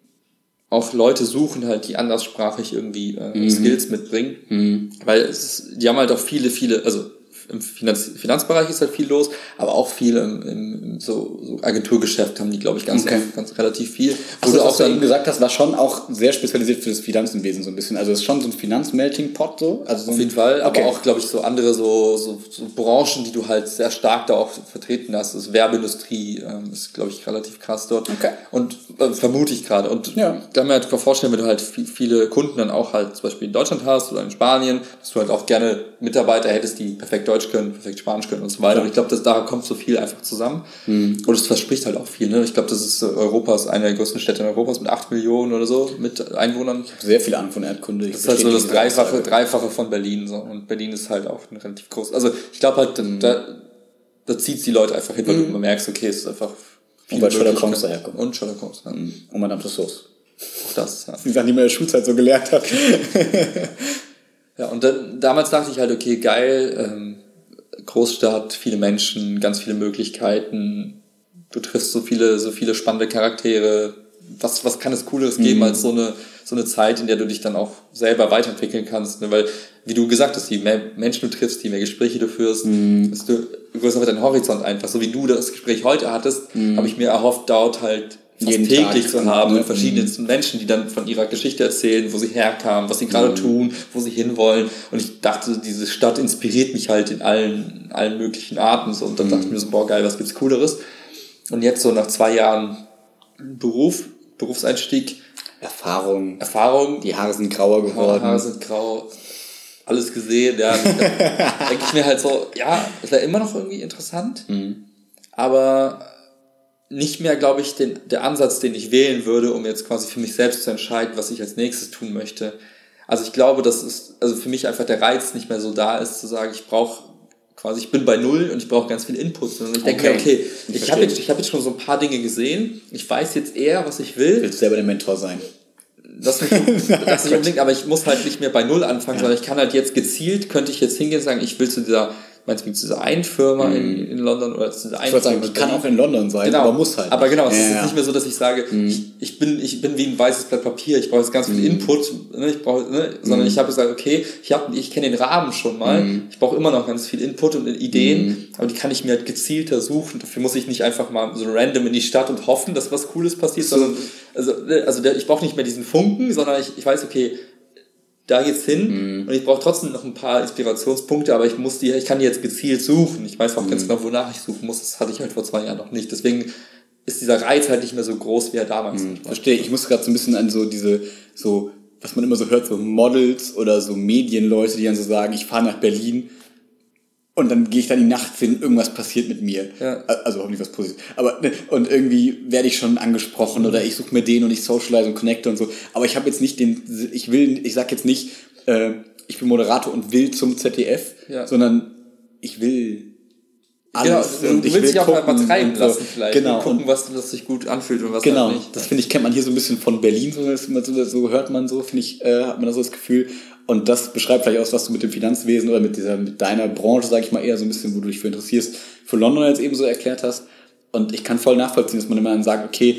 Speaker 1: auch Leute suchen halt, die anderssprachig irgendwie äh, mhm. Skills mitbringen, mhm. weil es ist, die haben halt auch viele, viele, also im Finanz- Finanzbereich ist halt viel los, aber auch viel im, im, im so, so Agenturgeschäft haben die, glaube ich, ganz,
Speaker 2: okay.
Speaker 1: ganz relativ viel.
Speaker 2: Wo also, du auch dann eben gesagt hast, war schon auch sehr spezialisiert für das Finanzenwesen so ein bisschen. Also es ist schon so ein Finanzmelting-Pot so. Also so
Speaker 1: auf jeden Fall, okay. aber auch, glaube ich, so andere so, so, so Branchen, die du halt sehr stark da auch vertreten hast. Das Werbeindustrie ähm, ist, glaube ich, relativ krass dort.
Speaker 2: Okay.
Speaker 1: Und äh, vermute ich gerade. Und ja. da kann man halt vorstellen, wenn du halt viel, viele Kunden dann auch halt zum Beispiel in Deutschland hast oder in Spanien, dass du halt auch gerne Mitarbeiter hättest, die perfekt Deutsch können, perfekt Spanisch können und so weiter. Ja. Und ich glaube, dass da kommt so viel einfach zusammen. Mhm. Und es verspricht halt auch viel. Ne? Ich glaube, das ist Europas, eine der größten Städte in Europas mit acht Millionen oder so mit Einwohnern.
Speaker 2: Ich habe sehr viel Ahnung von Erdkunde. Ich
Speaker 1: das ist halt so das Dreifache, Dreifache von Berlin. So. Und Berlin ist halt auch ein relativ groß. Also ich glaube halt, mhm. da, da zieht die Leute einfach hin, weil mhm. du immer merkst, okay, es ist einfach
Speaker 2: viel. Und weil Sherlock Holmes daherkommt.
Speaker 1: Und Sherlock Holmes, ja.
Speaker 2: Mhm. Und Madame Tussauds.
Speaker 1: Auch das, ja.
Speaker 2: Die Sachen, die man in der Schulzeit so gelernt hat.
Speaker 1: Ja, und dann, damals dachte ich halt, okay, geil, ähm, Großstadt, viele Menschen, ganz viele Möglichkeiten. Du triffst so viele, so viele spannende Charaktere. Was, was kann es Cooleres geben mhm. als so eine, so eine Zeit, in der du dich dann auch selber weiterentwickeln kannst? Ne? Weil, wie du gesagt hast, je mehr Menschen du triffst, je mehr Gespräche du führst, mhm. desto größer wird dein Horizont einfach. So wie du das Gespräch heute hattest, mhm. habe ich mir erhofft, dort halt fast jeden täglich Tag zu haben, mit verschiedenen mhm. Menschen, die dann von ihrer Geschichte erzählen, wo sie herkamen, was sie gerade mhm. tun, wo sie hinwollen. Und ich dachte, diese Stadt inspiriert mich halt in allen, in allen möglichen Arten. So. Und dann mhm. dachte ich mir so, boah, geil, was gibt's Cooleres? Und jetzt so nach zwei Jahren Beruf, Berufseinstieg.
Speaker 2: Erfahrung.
Speaker 1: Erfahrung.
Speaker 2: Die Haare sind grauer geworden.
Speaker 1: Die Haare sind grau. Alles gesehen, ja. denke ich mir halt so, ja, es wäre immer noch irgendwie interessant. Mhm. Aber nicht mehr, glaube ich, den, der Ansatz, den ich wählen würde, um jetzt quasi für mich selbst zu entscheiden, was ich als nächstes tun möchte. Also ich glaube, dass es, also für mich einfach der Reiz nicht mehr so da ist, zu sagen, ich brauche quasi, ich bin bei Null und ich brauche ganz viel Input. Sondern ich denke okay. mir, okay, ich, ich habe jetzt, ich hab jetzt schon so ein paar Dinge gesehen, ich weiß jetzt eher, was ich will.
Speaker 2: Willst du selber der Mentor sein?
Speaker 1: Das nicht, das nicht unbedingt, aber ich muss halt nicht mehr bei Null anfangen, ja. sondern ich kann halt jetzt gezielt, könnte ich jetzt hingehen und sagen, ich will zu dieser, meinst du, zu dieser einen Firma mm. in, in London oder zu dieser einen
Speaker 2: ich Firma. Ich kann auch in London sein,
Speaker 1: genau.
Speaker 2: aber muss halt.
Speaker 1: Aber genau, es
Speaker 2: ja,
Speaker 1: ist
Speaker 2: ja.
Speaker 1: nicht mehr so, dass ich sage, mm. ich, ich, bin, ich bin wie ein weißes Blatt Papier, ich brauche jetzt ganz viel mm. Input, ne, ich brauche, ne, sondern mm. ich habe gesagt, okay, ich, hab, ich kenne den Rahmen schon mal, mm. ich brauche immer noch ganz viel Input und Ideen, mm. aber die kann ich mir halt gezielter suchen, dafür muss ich nicht einfach mal so random in die Stadt und hoffen, dass was Cooles passiert, so. sondern also, also der, ich brauche nicht mehr diesen Funken, sondern ich, ich weiß, okay, da geht's hin mm. und ich brauche trotzdem noch ein paar Inspirationspunkte, aber ich muss die, ich kann die jetzt gezielt suchen. Ich weiß auch mm. ganz genau, wonach ich suchen muss. Das hatte ich halt vor zwei Jahren noch nicht. Deswegen ist dieser Reiz halt nicht mehr so groß, wie er damals
Speaker 2: mm. war. Verstehe. Ich muss gerade so ein bisschen an so diese, so, was man immer so hört, so Models oder so Medienleute, die dann so sagen, ich fahre nach Berlin und dann gehe ich dann die Nacht hin, irgendwas passiert mit mir. Ja. Also hoffentlich was Positives. Aber, und irgendwie werde ich schon angesprochen oder ich suche mir den und ich socialize und connecte und so. Aber ich habe jetzt nicht den, ich will, ich sag jetzt nicht, äh, ich bin Moderator und will zum Z D F, ja. sondern ich will alles.
Speaker 1: Genau, und du willst dich auch mal treiben so. lassen vielleicht.
Speaker 2: Genau.
Speaker 1: Und gucken, was, was sich gut anfühlt und was
Speaker 2: genau.
Speaker 1: halt nicht.
Speaker 2: Das finde ich, kennt man hier so ein bisschen von Berlin, so, so, so hört man so, finde ich, äh, hat man da so das Gefühl. Und das beschreibt vielleicht auch, was du mit dem Finanzwesen oder mit dieser, mit deiner Branche, sag ich mal, eher so ein bisschen, wo du dich für interessierst, für London jetzt eben so erklärt hast. Und ich kann voll nachvollziehen, dass man immer dann sagt, okay,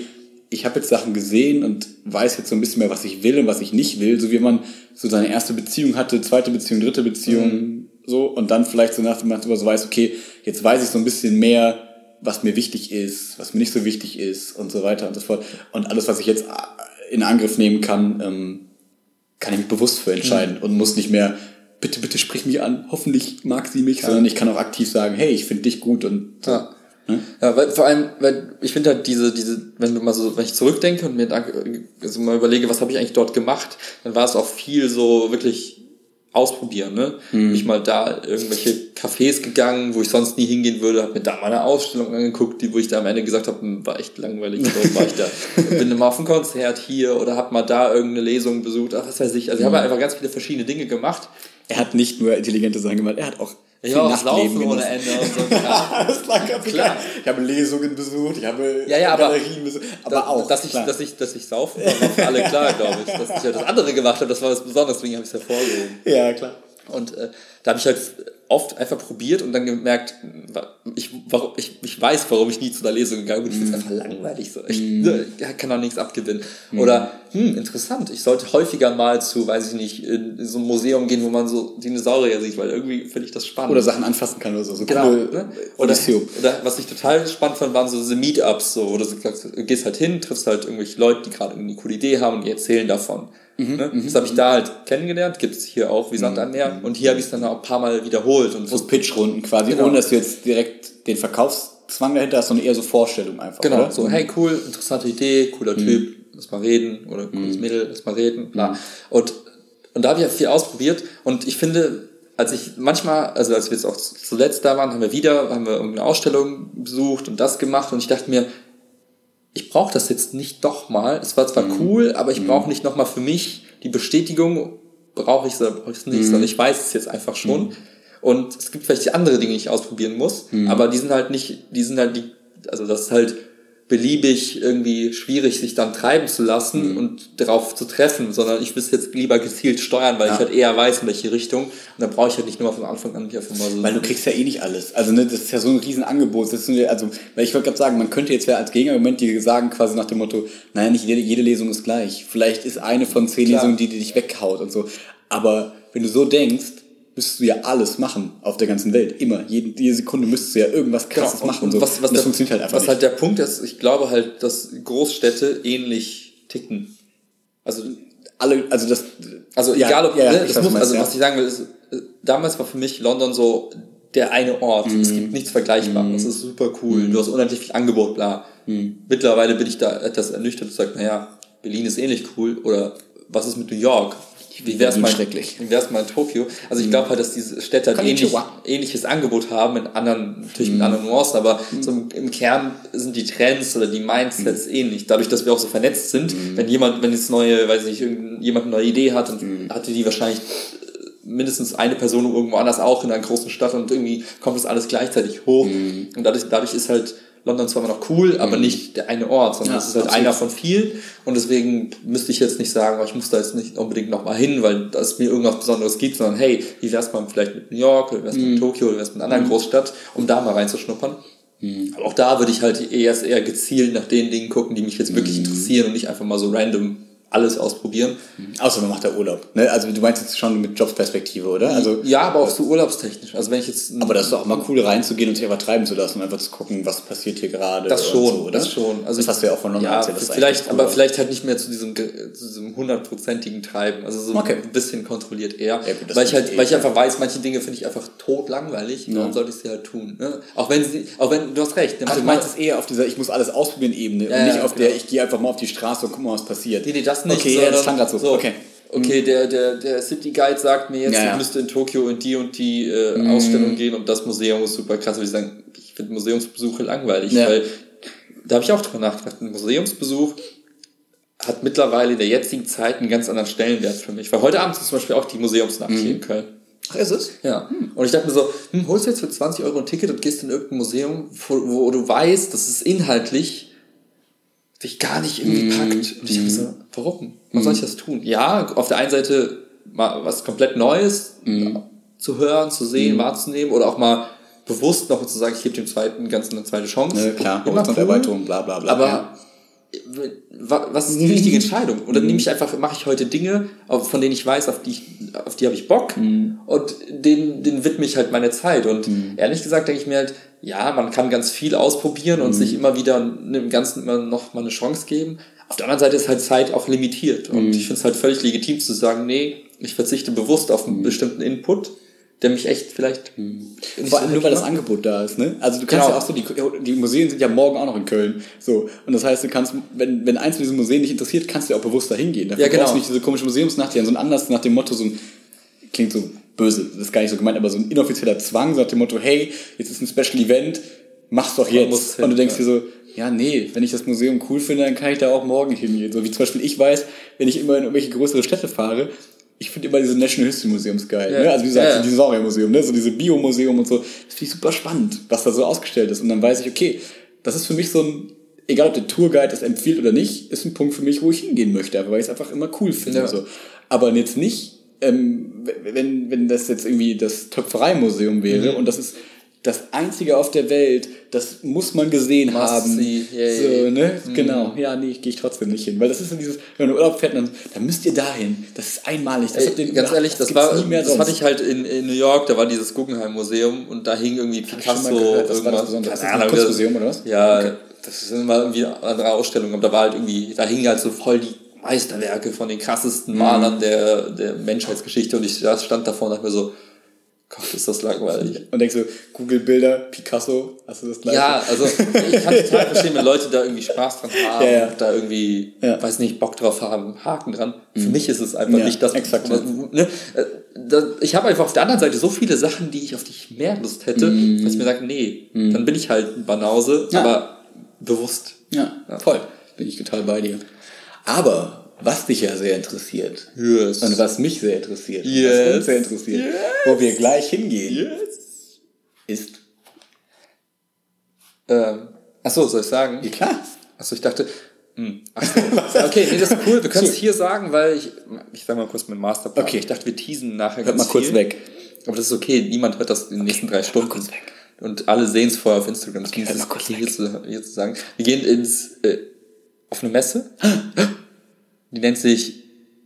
Speaker 2: ich habe jetzt Sachen gesehen und weiß jetzt so ein bisschen mehr, was ich will und was ich nicht will, so wie man so seine erste Beziehung hatte, zweite Beziehung, dritte Beziehung, mhm. so, und dann vielleicht so nach dem Motto so weiß, okay, jetzt weiß ich so ein bisschen mehr, was mir wichtig ist, was mir nicht so wichtig ist und so weiter und so fort. Und alles, was ich jetzt in Angriff nehmen kann, ähm, kann ich mich bewusst für entscheiden mhm. und muss nicht mehr, bitte, bitte sprich mich an, hoffentlich mag sie mich, ja. sondern ich kann auch aktiv sagen, hey, ich finde dich gut und so.
Speaker 1: Ja. Ja, weil vor allem, weil ich finde halt diese, diese, wenn du mal so, wenn ich zurückdenke und mir also mal überlege, was habe ich eigentlich dort gemacht, dann war es auch viel so wirklich ausprobieren, ne? Mhm. Bin ich mal da irgendwelche Cafés gegangen, wo ich sonst nie hingehen würde, habe mir da mal eine Ausstellung angeguckt, die, wo ich da am Ende gesagt habe, war echt langweilig, so war ich da. Bin mal auf ein Konzert hier oder habe mal da irgendeine Lesung besucht, ach, was weiß ich. Also ich mhm. habe einfach ganz viele verschiedene Dinge gemacht.
Speaker 2: Er hat nicht nur intelligente Sachen gemacht, er hat auch
Speaker 1: ja, auch Laufen ohne Ende und so. Ja.
Speaker 2: Das war ganz klar. Ich habe Lesungen besucht, ich habe
Speaker 1: ja, ja,
Speaker 2: Galerien besucht, aber
Speaker 1: da,
Speaker 2: auch.
Speaker 1: Dass ich, dass ich, dass ich saufen war, war für alle klar, glaube ich. Dass ich ja das andere gemacht habe, das war das Besondere, deswegen habe ich es hervorgehoben.
Speaker 2: Ja, klar.
Speaker 1: Und äh, da habe ich halt oft einfach probiert und dann gemerkt, ich, warum, ich, ich weiß, warum ich nie zu einer Lesung gegangen bin. Ich finde es einfach langweilig. So. Ich mm. ich kann auch nichts abgewinnen. Mm. Oder, hm, interessant, ich sollte häufiger mal zu, weiß ich nicht, in so ein Museum gehen, wo man so Dinosaurier sieht, weil irgendwie finde ich das spannend.
Speaker 2: Oder Sachen anfassen kann oder so. so
Speaker 1: genau. Ne? Oder, oder was ich total spannend fand, waren so diese Meetups, so, wo du gehst halt hin, triffst halt irgendwelche Leute, die gerade eine coole Idee haben und die erzählen davon. Mhm, ne? Das habe ich da halt kennengelernt, gibt es hier auch wie Sand am Meer, und hier habe ich es dann auch ein paar Mal wiederholt. Und
Speaker 2: so Pitchrunden quasi, genau. ohne dass du jetzt direkt den Verkaufszwang dahinter hast, sondern eher so Vorstellung einfach.
Speaker 1: Genau,
Speaker 2: oder?
Speaker 1: So hey cool, interessante Idee, cooler mhm. Typ, lass mal reden, oder cooles mhm. Mädel, lass mal reden, bla. Mhm. Und, und da habe ich ja viel ausprobiert und ich finde, als ich manchmal, also als wir jetzt auch zuletzt da waren, haben wir wieder, haben wir irgendeine Ausstellung besucht und das gemacht und ich dachte mir, ich brauche das jetzt nicht doch mal. Es war zwar mhm. cool, aber ich brauche nicht nochmal für mich die Bestätigung, brauche ich es oder brauche ich es nicht, mhm. sondern ich weiß es jetzt einfach schon. Mhm. Und es gibt vielleicht die andere Dinge, die ich ausprobieren muss, mhm. aber die sind halt nicht, die sind halt die, also das ist halt beliebig irgendwie schwierig, sich dann treiben zu lassen mhm. und darauf zu treffen, sondern ich will es jetzt lieber gezielt steuern, weil ja. ich halt eher weiß, in welche Richtung, und dann brauche ich halt nicht nur von Anfang an einfach mal so.
Speaker 2: Weil du kriegst ja eh nicht alles. Also ne, das ist ja so ein Riesenangebot. Das ist, also, weil ich wollte gerade sagen, man könnte jetzt ja als Gegenargument die sagen quasi nach dem Motto, naja, nicht jede, jede Lesung ist gleich. Vielleicht ist eine von zehn Klar. Lesungen, die, die dich weghaut und so. Aber wenn du so denkst, müsstest du ja alles machen auf der ganzen Welt. Immer. Jede, jede Sekunde müsstest du ja irgendwas Krasses genau. machen. Und so.
Speaker 1: Was, was
Speaker 2: und das
Speaker 1: der,
Speaker 2: funktioniert halt einfach
Speaker 1: was
Speaker 2: nicht.
Speaker 1: halt der Punkt ist, ich glaube halt, dass Großstädte ähnlich ticken. Also
Speaker 2: alle, also das...
Speaker 1: Also
Speaker 2: ja,
Speaker 1: egal ob...
Speaker 2: Ja,
Speaker 1: ne, das
Speaker 2: weiß,
Speaker 1: muss,
Speaker 2: was
Speaker 1: also
Speaker 2: ja.
Speaker 1: was ich sagen will, ist, damals war für mich London so der eine Ort. Mm. Es gibt nichts Vergleichbares. Mm. Das ist super cool. Mm. Du hast unendlich viel Angebot, bla. Mm. Mittlerweile bin ich da etwas ernüchtert und sage, naja, Berlin ist ähnlich cool. Oder was ist mit New York? Wie wär's mal, wie wär's mal in Tokio? Also ich glaube halt, dass diese Städte ein ähnlich, ähnliches Angebot haben, mit anderen, natürlich mit anderen Nuancen, aber mm. so im, im Kern sind die Trends oder die Mindsets mm. ähnlich. Dadurch, dass wir auch so vernetzt sind, mm. wenn jemand, wenn jetzt neue, weiß nicht, jemand eine neue Idee hat, dann mm. hatte die wahrscheinlich mindestens eine Person irgendwo anders auch in einer großen Stadt und irgendwie kommt das alles gleichzeitig hoch. Mm. Und dadurch, dadurch ist halt London zwar immer noch cool, aber mm. nicht der eine Ort, sondern es ja, ist halt absolut. Einer von vielen, und deswegen müsste ich jetzt nicht sagen, oh, ich muss da jetzt nicht unbedingt nochmal hin, weil es mir irgendwas Besonderes gibt, sondern hey, wie wär's mal vielleicht mit New York, oder wie wär's mm. mit Tokio, oder wie wär's mit einer anderen mm. Großstadt, um da mal reinzuschnuppern. Mm. Aber auch da würde ich halt eher, eher gezielt nach den Dingen gucken, die mich jetzt wirklich mm. interessieren und nicht einfach mal so random alles ausprobieren.
Speaker 2: Außer man macht da Urlaub. Ne? Also du meinst jetzt schon mit Jobsperspektive, oder? Also,
Speaker 1: ja, aber auch so urlaubstechnisch. Also wenn ich jetzt
Speaker 2: aber das ist doch auch mal cool, reinzugehen und sich einfach treiben zu lassen und einfach zu gucken, was passiert hier gerade.
Speaker 1: Das schon,
Speaker 2: so, oder?
Speaker 1: das schon. Also
Speaker 2: das hast du ja auch von London
Speaker 1: ja,
Speaker 2: erzählt. Das
Speaker 1: vielleicht,
Speaker 2: cool
Speaker 1: aber
Speaker 2: aus.
Speaker 1: Vielleicht halt nicht mehr zu diesem zu diesem hundertprozentigen Treiben. Also so okay. ein bisschen kontrolliert eher. Ja, gut, weil ich halt, eh weil ich einfach weiß, manche Dinge finde ich einfach totlangweilig. Ja. Warum sollte ich sie halt tun? Ne? Auch wenn sie, auch wenn du hast recht.
Speaker 2: Ach, du meinst es eher auf dieser ich muss alles ausprobieren Ebene ja, und nicht ja, auf genau. der ich gehe einfach mal auf die Straße und guck mal, was passiert.
Speaker 1: Nee, nee, das nicht.
Speaker 2: Okay, ja, das klang grad so.
Speaker 1: so.
Speaker 2: Okay.
Speaker 1: Okay, der, der, der City Guide sagt mir jetzt, ja, ja. ich müsste in Tokio in die und die äh, mm. Ausstellung gehen und das Museum ist super krass. Würde ich sagen, ich finde Museumsbesuche langweilig, ja. weil da habe ich auch drüber nachgedacht. Ein Museumsbesuch hat mittlerweile in der jetzigen Zeit einen ganz anderen Stellenwert für mich. Weil heute Abend ist zum Beispiel auch die Museumsnacht mm. hier in Köln.
Speaker 2: Ach, ist es?
Speaker 1: Ja. Hm. Und ich dachte mir so, hm, holst du jetzt für zwanzig Euro ein Ticket und gehst in irgendein Museum, wo, wo du weißt, dass es inhaltlich dich gar nicht irgendwie packt. Und ich dachte so, warum? Warum soll ich das tun? Ja, auf der einen Seite mal was komplett Neues mm. zu hören, zu sehen, mm. wahrzunehmen oder auch mal bewusst noch zu sagen, ich gebe dem zweiten Ganzen eine zweite Chance.
Speaker 2: Ja, klar, Horizonterweiterung, bla bla bla.
Speaker 1: Aber
Speaker 2: ja.
Speaker 1: was ist die richtige Entscheidung? Oder nehme ich einfach, mache ich heute Dinge, von denen ich weiß, auf die ich, auf die habe ich Bock
Speaker 2: mhm.
Speaker 1: und denen, denen widme ich halt meine Zeit. Und mhm. ehrlich gesagt denke ich mir halt, ja, man kann ganz viel ausprobieren und mhm. sich immer wieder dem Ganzen immer noch mal eine Chance geben. Auf der anderen Seite ist halt Zeit auch limitiert. Und mhm. ich finde es halt völlig legitim zu sagen, nee, ich verzichte bewusst auf einen mhm. bestimmten Input, der mich echt vielleicht...
Speaker 2: Mhm. Vor allem nur, weil das Angebot da ist, ne? Also du kannst genau. ja auch so, die, die Museen sind ja morgen auch noch in Köln. So. Und das heißt, du kannst, wenn, wenn eins von diesen Museen dich interessiert, kannst du ja auch bewusst da hingehen. Dafür
Speaker 1: ja, genau.
Speaker 2: brauchst du nicht diese komische Museumsnacht, die an so ein Anlass nach dem Motto, so ein, klingt so böse, das ist gar nicht so gemeint, aber so ein inoffizieller Zwang, so nach dem Motto, hey, jetzt ist ein Special Event, mach's doch jetzt. Hin, und du denkst ja. dir so, ja, nee, wenn ich das Museum cool finde, dann kann ich da auch morgen hingehen. So wie zum Beispiel ich weiß, wenn ich immer in irgendwelche größere Städte fahre, ich finde immer diese National History Museums geil. Ja. Ne? Also wie gesagt, ja, ja. Dinosaurier-Museum, ne? So diese Biomuseum und so. Das finde ich super spannend, was da so ausgestellt ist. Und dann weiß ich, okay, das ist für mich so ein, egal ob der Tourguide das empfiehlt oder nicht, ist ein Punkt für mich, wo ich hingehen möchte, aber weil ich es einfach immer cool finde. Ja. So. Aber jetzt nicht, ähm, wenn, wenn das jetzt irgendwie das Töpferei-Museum wäre mhm. und das ist das einzige auf der Welt, das muss man gesehen Must haben. See. Yeah, so, yeah. Ne? Mm. Genau. Ja, nee, gehe ich trotzdem nicht hin. Weil das ist so dieses, wenn man in Urlaub fährt, dann, dann müsst ihr dahin. Das ist einmalig. Das
Speaker 1: Ey, den, ganz ehrlich, das, das war, nie mehr das sonst. Hatte ich halt in, in New York, da war dieses Guggenheim-Museum und da hing irgendwie Picasso,
Speaker 2: gehört, das irgendwas. War das Besondere. Das ist ein Kunstmuseum, oder was?
Speaker 1: Ja, okay. Das ist immer irgendwie eine andere Ausstellung, aber da war halt irgendwie, da hingen halt so voll die Meisterwerke von den krassesten Malern mm. der, der Menschheitsgeschichte und ich stand davor und dachte mir so, Gott, ist das langweilig.
Speaker 2: Und denkst so, Google-Bilder, Picasso, hast du das gleich?
Speaker 1: Ja, also ich kann total verstehen, wenn Leute da irgendwie Spaß dran haben, ja, ja. da irgendwie, ja. weiß nicht, Bock drauf haben, Haken dran. Mhm. Für mich ist es einfach ja, nicht das.
Speaker 2: Exakt.
Speaker 1: Ne, ich habe einfach auf der anderen Seite so viele Sachen, die ich auf die ich mehr Lust hätte, mhm. dass ich mir sage, nee, mhm. dann bin ich halt ein Banause, ja. aber bewusst.
Speaker 2: Ja, ja, voll. Bin ich total bei dir. Aber was dich ja sehr interessiert
Speaker 1: yes.
Speaker 2: und was mich sehr interessiert,
Speaker 1: yes.
Speaker 2: was uns sehr interessiert, yes. wo wir gleich hingehen,
Speaker 1: yes.
Speaker 2: ist...
Speaker 1: Ähm, achso, soll ich sagen?
Speaker 2: Ja, klar.
Speaker 1: Achso, ich dachte... Mh. Achso. Okay, nee, das ist cool. Wir können es hier sagen, weil ich... Ich sag mal kurz mit Masterplan.
Speaker 2: Okay.
Speaker 1: Ich dachte, wir teasen nachher
Speaker 2: hört ganz mal kurz viel. Weg.
Speaker 1: Aber das ist okay. Niemand hört das in den nächsten drei Stunden. Kurz weg. Und alle sehen es vorher auf Instagram. Das okay, ist okay, hier zu, hier zu sagen. Wir gehen ins... Äh, auf eine Messe... Die nennt sich...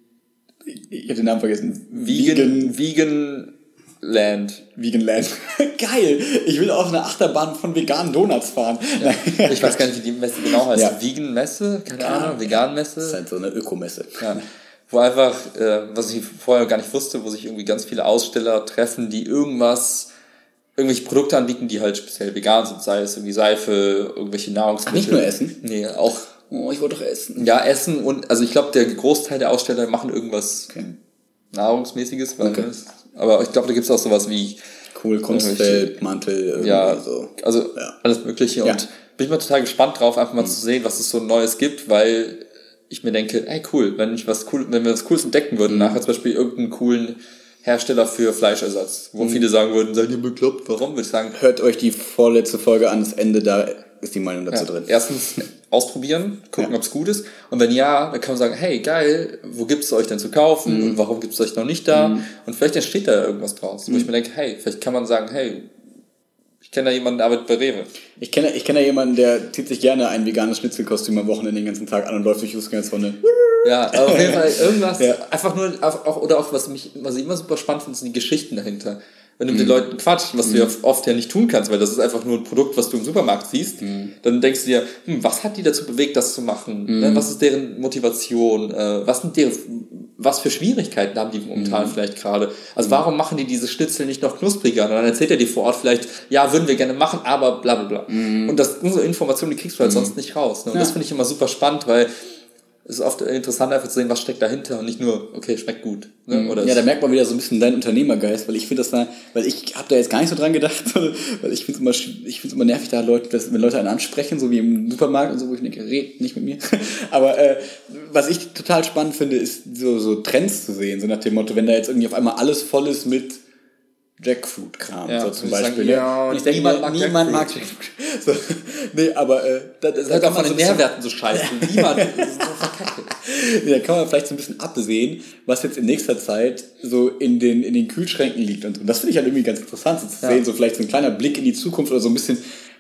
Speaker 2: Ich habe den Namen vergessen.
Speaker 1: Vegan... Vegan Land.
Speaker 2: Vegan Land. Geil! Ich will auf eine Achterbahn von veganen Donuts fahren.
Speaker 1: Ja, ich weiß gar nicht, wie die Messe genau heißt. Ja. Vegan Messe? Keine ja. Ahnung. Vegan Messe?
Speaker 2: Das ist halt so eine Ökomesse.
Speaker 1: Ja. Wo einfach, äh, was ich vorher gar nicht wusste, wo sich irgendwie ganz viele Aussteller treffen, die irgendwas... irgendwelche Produkte anbieten, die halt speziell vegan sind. Sei es irgendwie Seife, irgendwelche Nahrungsmittel.
Speaker 2: Ach, nicht nur Essen?
Speaker 1: Nee, auch...
Speaker 2: Oh, ich wollte doch essen.
Speaker 1: Ja, Essen und, also ich glaube, der Großteil der Aussteller machen irgendwas okay. Nahrungsmäßiges. Weil okay. das, aber ich glaube, da gibt es auch sowas wie...
Speaker 2: Cool, Kunstfeld, Mantel, irgendwie
Speaker 1: ja,
Speaker 2: so.
Speaker 1: Also
Speaker 2: ja.
Speaker 1: alles Mögliche. Ja. Und bin ich mal total gespannt drauf, einfach mal mhm. zu sehen, was es so Neues gibt, weil ich mir denke, ey cool, wenn ich was cool, wenn wir was Cooles entdecken würden, mhm. nachher zum Beispiel irgendeinen coolen Hersteller für Fleischersatz, wo mhm. viele sagen würden, seid ihr bekloppt, warum? Würde ich sagen...
Speaker 2: Hört euch die vorletzte Folge an, das Ende, da ist die Meinung dazu
Speaker 1: ja.
Speaker 2: drin.
Speaker 1: Erstens ausprobieren, gucken, ja. ob es gut ist. Und wenn ja, dann kann man sagen, hey, geil, wo gibt es euch denn zu kaufen? Mhm. Und warum gibt es euch noch nicht da? Mhm. Und vielleicht entsteht da irgendwas draus. Mhm. Wo ich mir denke, hey, vielleicht kann man sagen, hey, ich kenne da jemanden, der arbeitet bei Rewe.
Speaker 2: Ich kenne ich kenne da jemanden, der zieht sich gerne ein veganes Schnitzelkostüm am Wochenende den ganzen Tag an und läuft durch die Fußgängerzone.
Speaker 1: Ja, aber auf jeden Fall irgendwas, ja. einfach nur, auch, oder auch, was mich, was ich immer super spannend finde, sind die Geschichten dahinter. Wenn du mit mm. den Leuten quatscht, was mm. du ja oft ja nicht tun kannst, weil das ist einfach nur ein Produkt, was du im Supermarkt siehst, mm. dann denkst du dir, hm, was hat die dazu bewegt, das zu machen? Mm. Was ist deren Motivation? Was sind deren, was für Schwierigkeiten haben die momentan mm. vielleicht gerade? Also mm. warum machen die diese Schnitzel nicht noch knuspriger? Und dann erzählt er dir vor Ort vielleicht, ja, würden wir gerne machen, aber bla bla bla. Mm. Und das sind so Informationen, die kriegst du halt mm. sonst nicht raus. Ne? Und ja. das finde ich immer super spannend, weil es ist oft interessant, einfach zu sehen, was steckt dahinter und nicht nur, okay, schmeckt gut. Ne? Oder
Speaker 2: ja, da merkt man wieder so ein bisschen deinen Unternehmergeist, weil ich finde das da, weil ich habe da jetzt gar nicht so dran gedacht, weil ich finde es immer, ich finde es immer nervig, da Leute, dass, wenn Leute einen ansprechen, so wie im Supermarkt und so, wo ich denke, red nicht mit mir. Aber äh, was ich total spannend finde, ist so, so Trends zu sehen, so nach dem Motto, wenn da jetzt irgendwie auf einmal alles voll ist mit Jackfruit-Kram,
Speaker 1: ja,
Speaker 2: so zum Beispiel.
Speaker 1: Sagen, ja, und ich denke, niemand, mag, niemand mag Jackfruit. So, nee, aber äh, da, das da kann man von den Nährwerten so scheiße. Niemand ist so verkacke.
Speaker 2: Da kann man vielleicht so ein bisschen absehen, was jetzt in nächster Zeit so in den, in den Kühlschränken liegt und so. Und das finde ich halt irgendwie ganz interessant, so zu ja. sehen, so vielleicht so ein kleiner Blick in die Zukunft oder so ein bisschen,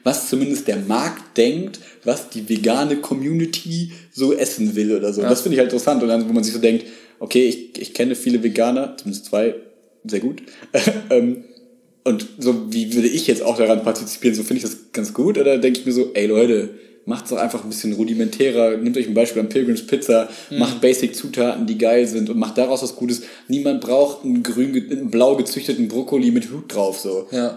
Speaker 2: was zumindest der Markt denkt, was die vegane Community so essen will oder so. Ja. Das finde ich halt interessant. Und dann, wo man sich so denkt, okay, ich, ich kenne viele Veganer, zumindest zwei, sehr gut. Und so, wie würde ich jetzt auch daran partizipieren? So finde ich das ganz gut? Oder denke ich mir so, ey Leute, macht's doch einfach ein bisschen rudimentärer, nehmt euch ein Beispiel an Pilgrims Pizza, mhm. macht Basic-Zutaten, die geil sind und macht daraus was Gutes. Niemand braucht einen grün, einen blau gezüchteten Brokkoli mit Hut drauf, so.
Speaker 1: Ja.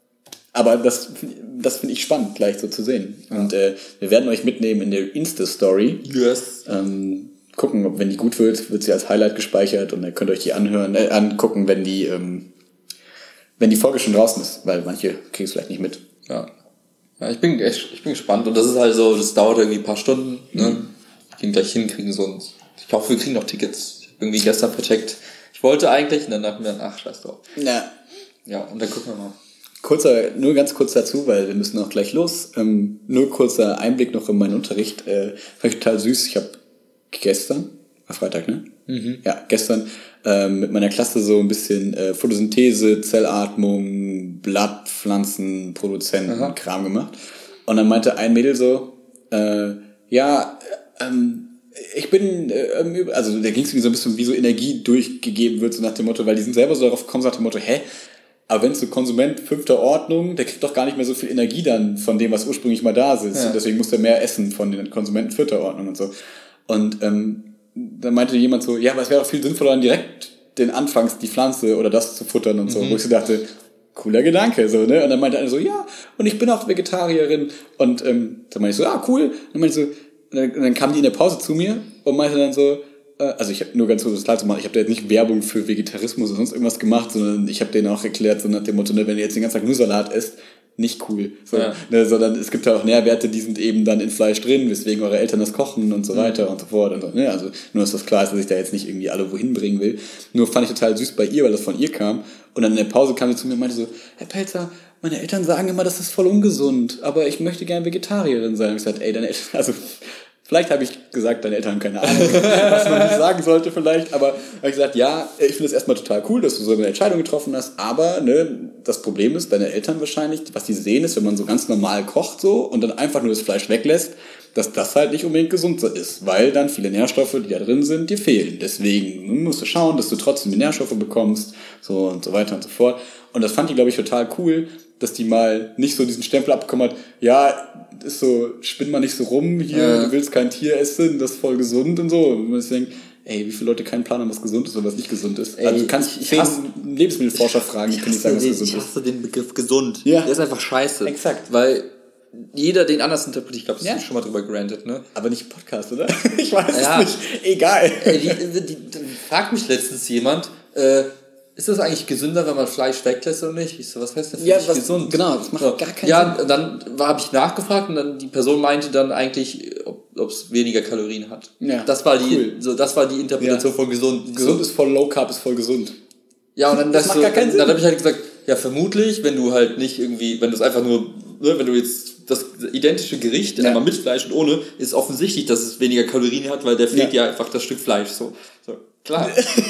Speaker 2: Aber das, das finde ich spannend, gleich so zu sehen. Ja. Und äh, wir werden euch mitnehmen in der Insta-Story.
Speaker 1: Yes.
Speaker 2: Ähm, gucken, ob, wenn die gut wird, wird sie als Highlight gespeichert und dann könnt ihr euch die anhören, äh, angucken, wenn die, ähm, wenn die Folge schon draußen ist, weil manche kriegen es vielleicht nicht mit.
Speaker 1: Ja. Ja, ich bin echt, ich bin gespannt und das ist halt so, das dauert irgendwie ein paar Stunden, ne? Mhm. Wir gehen gleich hinkriegen sonst. Ich hoffe, wir kriegen noch Tickets. Ich habe irgendwie gestern vercheckt. Ich wollte eigentlich und dann dachten wir dann, ach, scheiß drauf.
Speaker 2: Ja.
Speaker 1: Ja, und dann gucken wir mal.
Speaker 2: Kurzer, nur ganz kurz dazu, weil wir müssen auch gleich los. Ähm, nur kurzer Einblick noch in meinen Unterricht. Äh, fand ich total süß. Ich habe gestern, war Freitag, ne? Mhm. Ja, gestern ähm, mit meiner Klasse so ein bisschen äh, Photosynthese, Zellatmung, Blattpflanzen, Produzenten, Aha. Kram gemacht. Und dann meinte ein Mädel so, äh, ja, ähm, ich bin, äh, also da ging es so ein bisschen, wie so Energie durchgegeben wird, so nach dem Motto, weil die sind selber so darauf gekommen, so nach dem Motto, hä? Aber wenn so Konsument fünfter Ordnung, der kriegt doch gar nicht mehr so viel Energie dann von dem, was ursprünglich mal da ist. Ja. Und deswegen muss der mehr essen von den Konsumenten vierter Ordnung und so. Und ähm, dann meinte jemand so, ja, aber es wäre doch viel sinnvoller, dann direkt den Anfangs die Pflanze oder das zu futtern und so. Mhm. Wo ich so dachte, cooler Gedanke, so, ne? Und dann meinte einer so, ja, und ich bin auch Vegetarierin. Und ähm, dann meinte ich so, ah, cool. Und dann meinte ich so, dann, dann kam die in der Pause zu mir und meinte dann so, äh, also ich habe nur ganz kurz das klar zu machen, ich habe da jetzt nicht Werbung für Vegetarismus oder sonst irgendwas gemacht, sondern ich habe denen auch erklärt, so nach dem Motto, ne, wenn ihr jetzt den ganzen Tag nur Salat esst, nicht cool. So, ja. ne, sondern es gibt ja auch Nährwerte, die sind eben dann in Fleisch drin, weswegen eure Eltern das kochen und so weiter mhm. und so fort. Und so, ne? Also nur, dass das klar ist, dass ich da jetzt nicht irgendwie alle wohin bringen will. Nur fand ich total süß bei ihr, weil das von ihr kam. Und dann in der Pause kam sie zu mir und meinte so, Herr Pelzer, meine Eltern sagen immer, das ist voll ungesund, aber ich möchte gerne Vegetarierin sein. Und ich sagte, ey, deine Eltern, also vielleicht habe ich gesagt, deine Eltern haben keine Ahnung, was man nicht sagen sollte vielleicht, aber habe ich gesagt, ja, ich finde es erstmal total cool, dass du so eine Entscheidung getroffen hast, aber ne, das Problem ist, deine Eltern wahrscheinlich, was die sehen ist, wenn man so ganz normal kocht so und dann einfach nur das Fleisch weglässt, dass das halt nicht unbedingt gesund ist, weil dann viele Nährstoffe, die da drin sind, dir fehlen. Deswegen musst du schauen, dass du trotzdem die Nährstoffe bekommst, so und so weiter und so fort. Und das fand ich, glaube ich, total cool, dass die mal nicht so diesen Stempel abbekommen hat, ja, ist so, spinn mal nicht so rum hier, ja. Du willst kein Tier essen, das ist voll gesund und so. Und man sich denkt, ey, wie viele Leute keinen Plan haben, was gesund ist und was nicht gesund ist. Ey, also du kannst zehn Lebensmittelforscher fragen, die können nicht sagen, was
Speaker 1: den,
Speaker 2: gesund ist.
Speaker 1: Ich hasse den Begriff gesund.
Speaker 2: Ja.
Speaker 1: Der ist einfach scheiße.
Speaker 2: Exakt.
Speaker 1: Weil jeder den anders interpretiert. Ich glaube, das
Speaker 2: ja.
Speaker 1: ist schon mal drüber gerantet, ne?
Speaker 2: Aber nicht im Podcast, oder? Ich weiß
Speaker 1: ja.
Speaker 2: es nicht. Egal.
Speaker 1: Ey, die, die, die, die, fragt mich letztens jemand, äh, ist das eigentlich gesünder, wenn man Fleisch weglässt oder nicht? Ich so, was heißt denn für
Speaker 2: ja,
Speaker 1: dich
Speaker 2: was,
Speaker 1: gesund?
Speaker 2: Genau, das macht so. gar keinen
Speaker 1: ja,
Speaker 2: Sinn.
Speaker 1: Ja, dann habe ich nachgefragt und dann die Person meinte dann eigentlich, ob es weniger Kalorien hat. Ja, das war die, cool. so, das war die Interpretation ja. von gesund.
Speaker 2: Gesund ist voll Low Carb, ist voll gesund.
Speaker 1: Ja, und dann
Speaker 2: das, das macht so, gar keinen Sinn.
Speaker 1: Dann habe ich halt gesagt, ja, vermutlich, wenn du halt nicht irgendwie, wenn du es einfach nur, ne, wenn du jetzt das identische Gericht, ja. einmal mit Fleisch und ohne, ist offensichtlich, dass es weniger Kalorien hat, weil der fehlt ja, ja einfach das Stück Fleisch. So, so klar.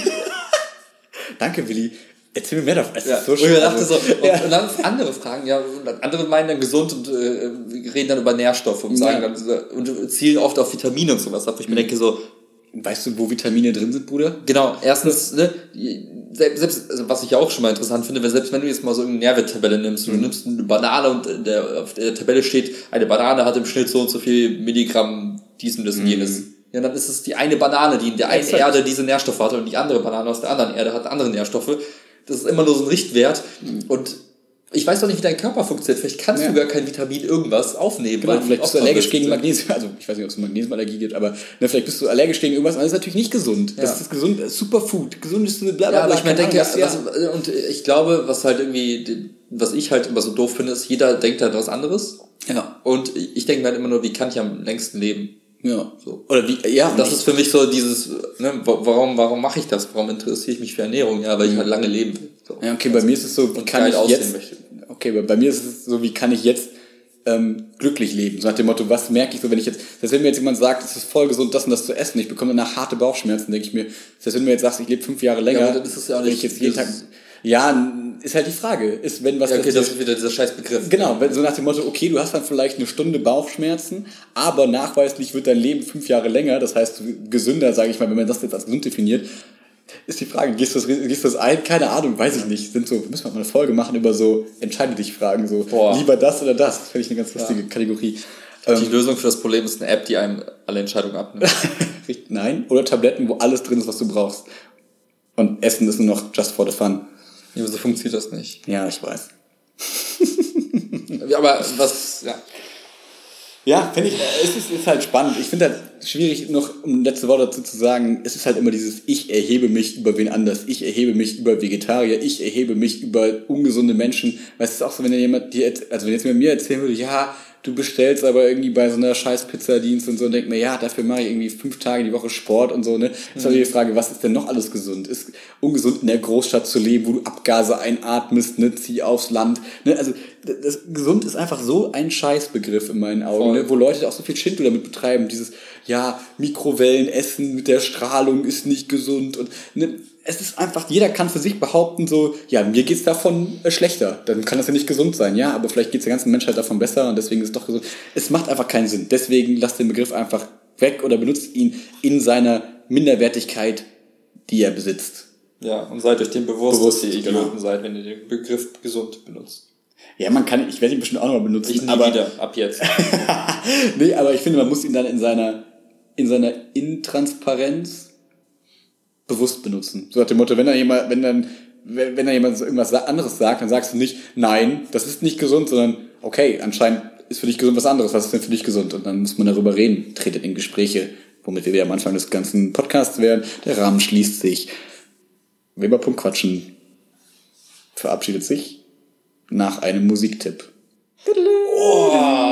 Speaker 2: Danke, Willi. Erzähl mir mehr davon. Es
Speaker 1: ja.
Speaker 2: ist so schön.
Speaker 1: Und, dachte so, und, ja. und dann andere Fragen, ja, andere meinen dann gesund und äh, reden dann über Nährstoffe und sagen ja. dann und zielen oft auf Vitamine und sowas ab. Ich mhm. mir denke so,
Speaker 2: weißt du, wo Vitamine drin sind, Bruder?
Speaker 1: Genau, erstens, ne, selbst, also was ich ja auch schon mal interessant finde, weil selbst wenn du jetzt mal so eine Nährwerttabelle nimmst, mhm. du nimmst eine Banane und in der, auf der Tabelle steht, eine Banane hat im Schnitt so und so viel Milligramm dies und das und mhm. jenes. Ja, dann ist es die eine Banane, die in der einen Erde diese Nährstoffe hat und die andere Banane aus der anderen Erde hat andere Nährstoffe. Das ist immer nur so ein Richtwert. Und ich weiß doch nicht, wie dein Körper funktioniert. Vielleicht kannst ja. du gar kein Vitamin irgendwas aufnehmen.
Speaker 2: Genau, vielleicht bist du allergisch gegen Magnesium. Also ich weiß nicht, ob es Magnesiumallergie gibt, aber ne, vielleicht bist du allergisch gegen irgendwas. Und das ist natürlich nicht gesund. Ja. Das ist gesund, Superfood, gesundeste bla bla bla.
Speaker 1: Ja, aber ich meine, denke, was, ja. und ich glaube, was halt irgendwie, was ich halt immer so doof finde, ist, jeder denkt halt was anderes.
Speaker 2: Ja.
Speaker 1: Und ich denke halt immer nur, wie kann ich am längsten leben?
Speaker 2: Ja.
Speaker 1: So.
Speaker 2: Oder wie, ja.
Speaker 1: Das ist für mich so dieses, ne, warum, warum mache ich das? Warum interessiere ich mich für Ernährung? Ja, weil ich halt lange leben will.
Speaker 2: So. Ja, okay, bei mir ist es so, wie kann ich jetzt, möchte. okay, bei mir ist es so, wie kann ich jetzt, ähm, glücklich leben? So nach dem Motto, was merke ich so, wenn ich jetzt, das heißt, wenn mir jetzt jemand sagt, es ist voll gesund, das und das zu essen, ich bekomme danach harte Bauchschmerzen, denke ich mir, das heißt, wenn du mir jetzt sagst, ich lebe fünf Jahre länger,
Speaker 1: ja, aber das ist ja auch nicht,
Speaker 2: ich jetzt jeden Tag, ja, ist halt die Frage. Ist, wenn was
Speaker 1: ja, okay,
Speaker 2: das,
Speaker 1: das ist wieder dieser scheiß Begriff.
Speaker 2: Genau, wenn, so nach dem Motto, okay, du hast dann vielleicht eine Stunde Bauchschmerzen, aber nachweislich wird dein Leben fünf Jahre länger, das heißt gesünder, sage ich mal, wenn man das jetzt als gesund definiert, ist die Frage, gehst du das, gehst du das ein? Keine Ahnung, weiß ich nicht. Sind so, müssen wir mal eine Folge machen über so entscheide dich Fragen, so Boah. lieber das oder das. Das finde ich eine ganz lustige ja. Kategorie.
Speaker 1: Die ähm, Lösung für das Problem ist eine App, die einem alle Entscheidungen abnimmt.
Speaker 2: Nein, oder Tabletten, wo alles drin ist, was du brauchst. Und Essen ist nur noch just for the fun.
Speaker 1: Ja, aber so funktioniert das nicht.
Speaker 2: Ja, ich weiß.
Speaker 1: Aber was, ja.
Speaker 2: Ja, finde ich, es ist, ist halt spannend. Ich finde halt schwierig, noch um letzte Worte dazu zu sagen, es ist halt immer dieses, ich erhebe mich über wen anders, ich erhebe mich über Vegetarier, ich erhebe mich über ungesunde Menschen. Weißt du, es ist auch so, wenn jemand dir, also wenn jetzt mit mir erzählen würde, ja, du bestellst aber irgendwie bei so einer scheiß Pizzadienst und so und denk mir, ja, dafür mache ich irgendwie fünf Tage die Woche Sport und so, ne? Das ist mhm. die Frage, was ist denn noch alles gesund? Ist ungesund in der Großstadt zu leben, wo du Abgase einatmest, ne? Zieh aufs Land, ne? Also, das, gesund ist einfach so ein Scheißbegriff in meinen Augen, ne? Wo Leute auch so viel Schindel damit betreiben, dieses, ja, Mikrowellenessen mit der Strahlung ist nicht gesund und, ne? Es ist einfach, jeder kann für sich behaupten, so, ja, mir geht's davon äh, schlechter. Dann kann das ja nicht gesund sein, ja, aber vielleicht geht's der ganzen Menschheit davon besser und deswegen ist es doch gesund. Es macht einfach keinen Sinn. Deswegen lasst den Begriff einfach weg oder benutzt ihn in seiner Minderwertigkeit, die er besitzt.
Speaker 1: Ja, und seid euch dem bewusst,
Speaker 2: bewusst
Speaker 1: dass ihr Idioten
Speaker 2: genau.
Speaker 1: seid, wenn ihr den Begriff gesund benutzt.
Speaker 2: Ja, man kann, ich werde ihn bestimmt auch nochmal benutzen.
Speaker 1: Ich nie
Speaker 2: aber
Speaker 1: wieder, ab jetzt.
Speaker 2: Nee, aber ich finde, man muss ihn dann in seiner, in seiner Intransparenz bewusst benutzen. So nach dem Motto, wenn da jemand, wenn dann, wenn, wenn da jemand irgendwas anderes sagt, dann sagst du nicht, nein, das ist nicht gesund, sondern okay, anscheinend ist für dich gesund was anderes. Was ist denn für dich gesund? Und dann muss man darüber reden, tretet in Gespräche, womit wir wieder am Anfang des ganzen Podcasts wären. Der Rahmen schließt sich. Weber.quatschen Quatschen verabschiedet sich nach einem Musiktipp.
Speaker 1: Oh,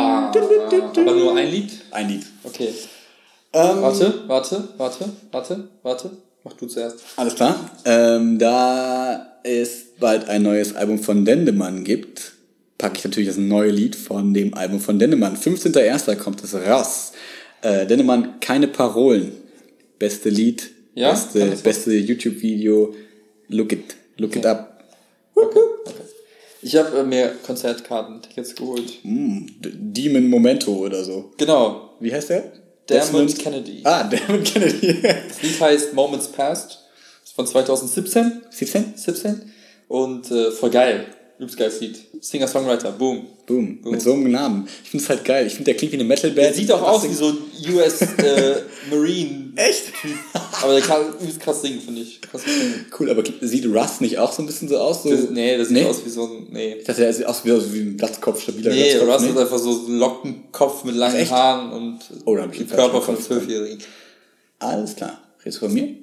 Speaker 1: aber nur ein Lied?
Speaker 2: Ein Lied.
Speaker 1: Okay. Ähm, warte, warte, warte, warte, warte. Mach du zuerst.
Speaker 2: Alles klar. Ähm, da es bald ein neues Album von Dendemann gibt, packe ich natürlich das neue Lied von dem Album von Dendemann. fünfzehnter erster kommt es raus. Äh, Dendemann, keine Parolen. Beste Lied,
Speaker 1: ja?
Speaker 2: beste, beste YouTube-Video. Look it, look
Speaker 1: okay.
Speaker 2: it up.
Speaker 1: Okay. Okay. Ich habe äh, mir Konzertkarten-Tickets geholt.
Speaker 2: Mm, Demon Momento oder so.
Speaker 1: Genau.
Speaker 2: Wie heißt der?
Speaker 1: Dermot Kennedy.
Speaker 2: Ah, Dermot Kennedy.
Speaker 1: Das Lied heißt Moments Past. Ist von zwanzig siebzehn.
Speaker 2: siebzehn?
Speaker 1: siebzehn. Und äh, voll geil. Übelst geiles Lied. Singer-Songwriter. Boom.
Speaker 2: Boom. Boom. Mit so einem Namen. Ich finde es halt geil. Ich finde, der klingt wie eine Metal-Band.
Speaker 1: Der sieht auch aus wie so ein U S äh, Marine.
Speaker 2: Echt?
Speaker 1: Aber der kann übelst krass singen, finde ich. Krass singen.
Speaker 2: Cool, aber sieht Russ nicht auch so ein bisschen so aus? So?
Speaker 1: Das, nee, das sieht nee? aus wie so ein... Nee.
Speaker 2: Ich dachte, der sieht aus wie, wie ein Glatzkopf, stabiler
Speaker 1: nee,
Speaker 2: Glatzkopf.
Speaker 1: Russ nee, Russ ist einfach so ein Lockenkopf mit langen Echt? Haaren und
Speaker 2: oh, da hab ich
Speaker 1: den Körper von einem Zwölfjährigen.
Speaker 2: Alles klar. Redest du von mir?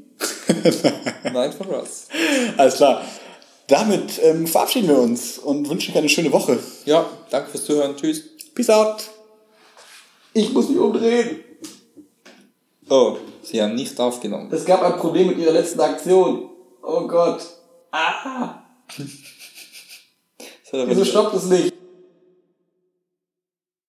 Speaker 1: Nein, von Russ.
Speaker 2: Alles klar. Damit ähm, verabschieden wir uns und wünschen euch eine schöne Woche.
Speaker 1: Ja, danke fürs Zuhören. Tschüss.
Speaker 2: Peace out. Ich muss mich umdrehen.
Speaker 1: Oh, sie haben nicht aufgenommen.
Speaker 2: Es gab ein Problem mit ihrer letzten Aktion. Oh Gott. Ah. Wieso stoppt es nicht?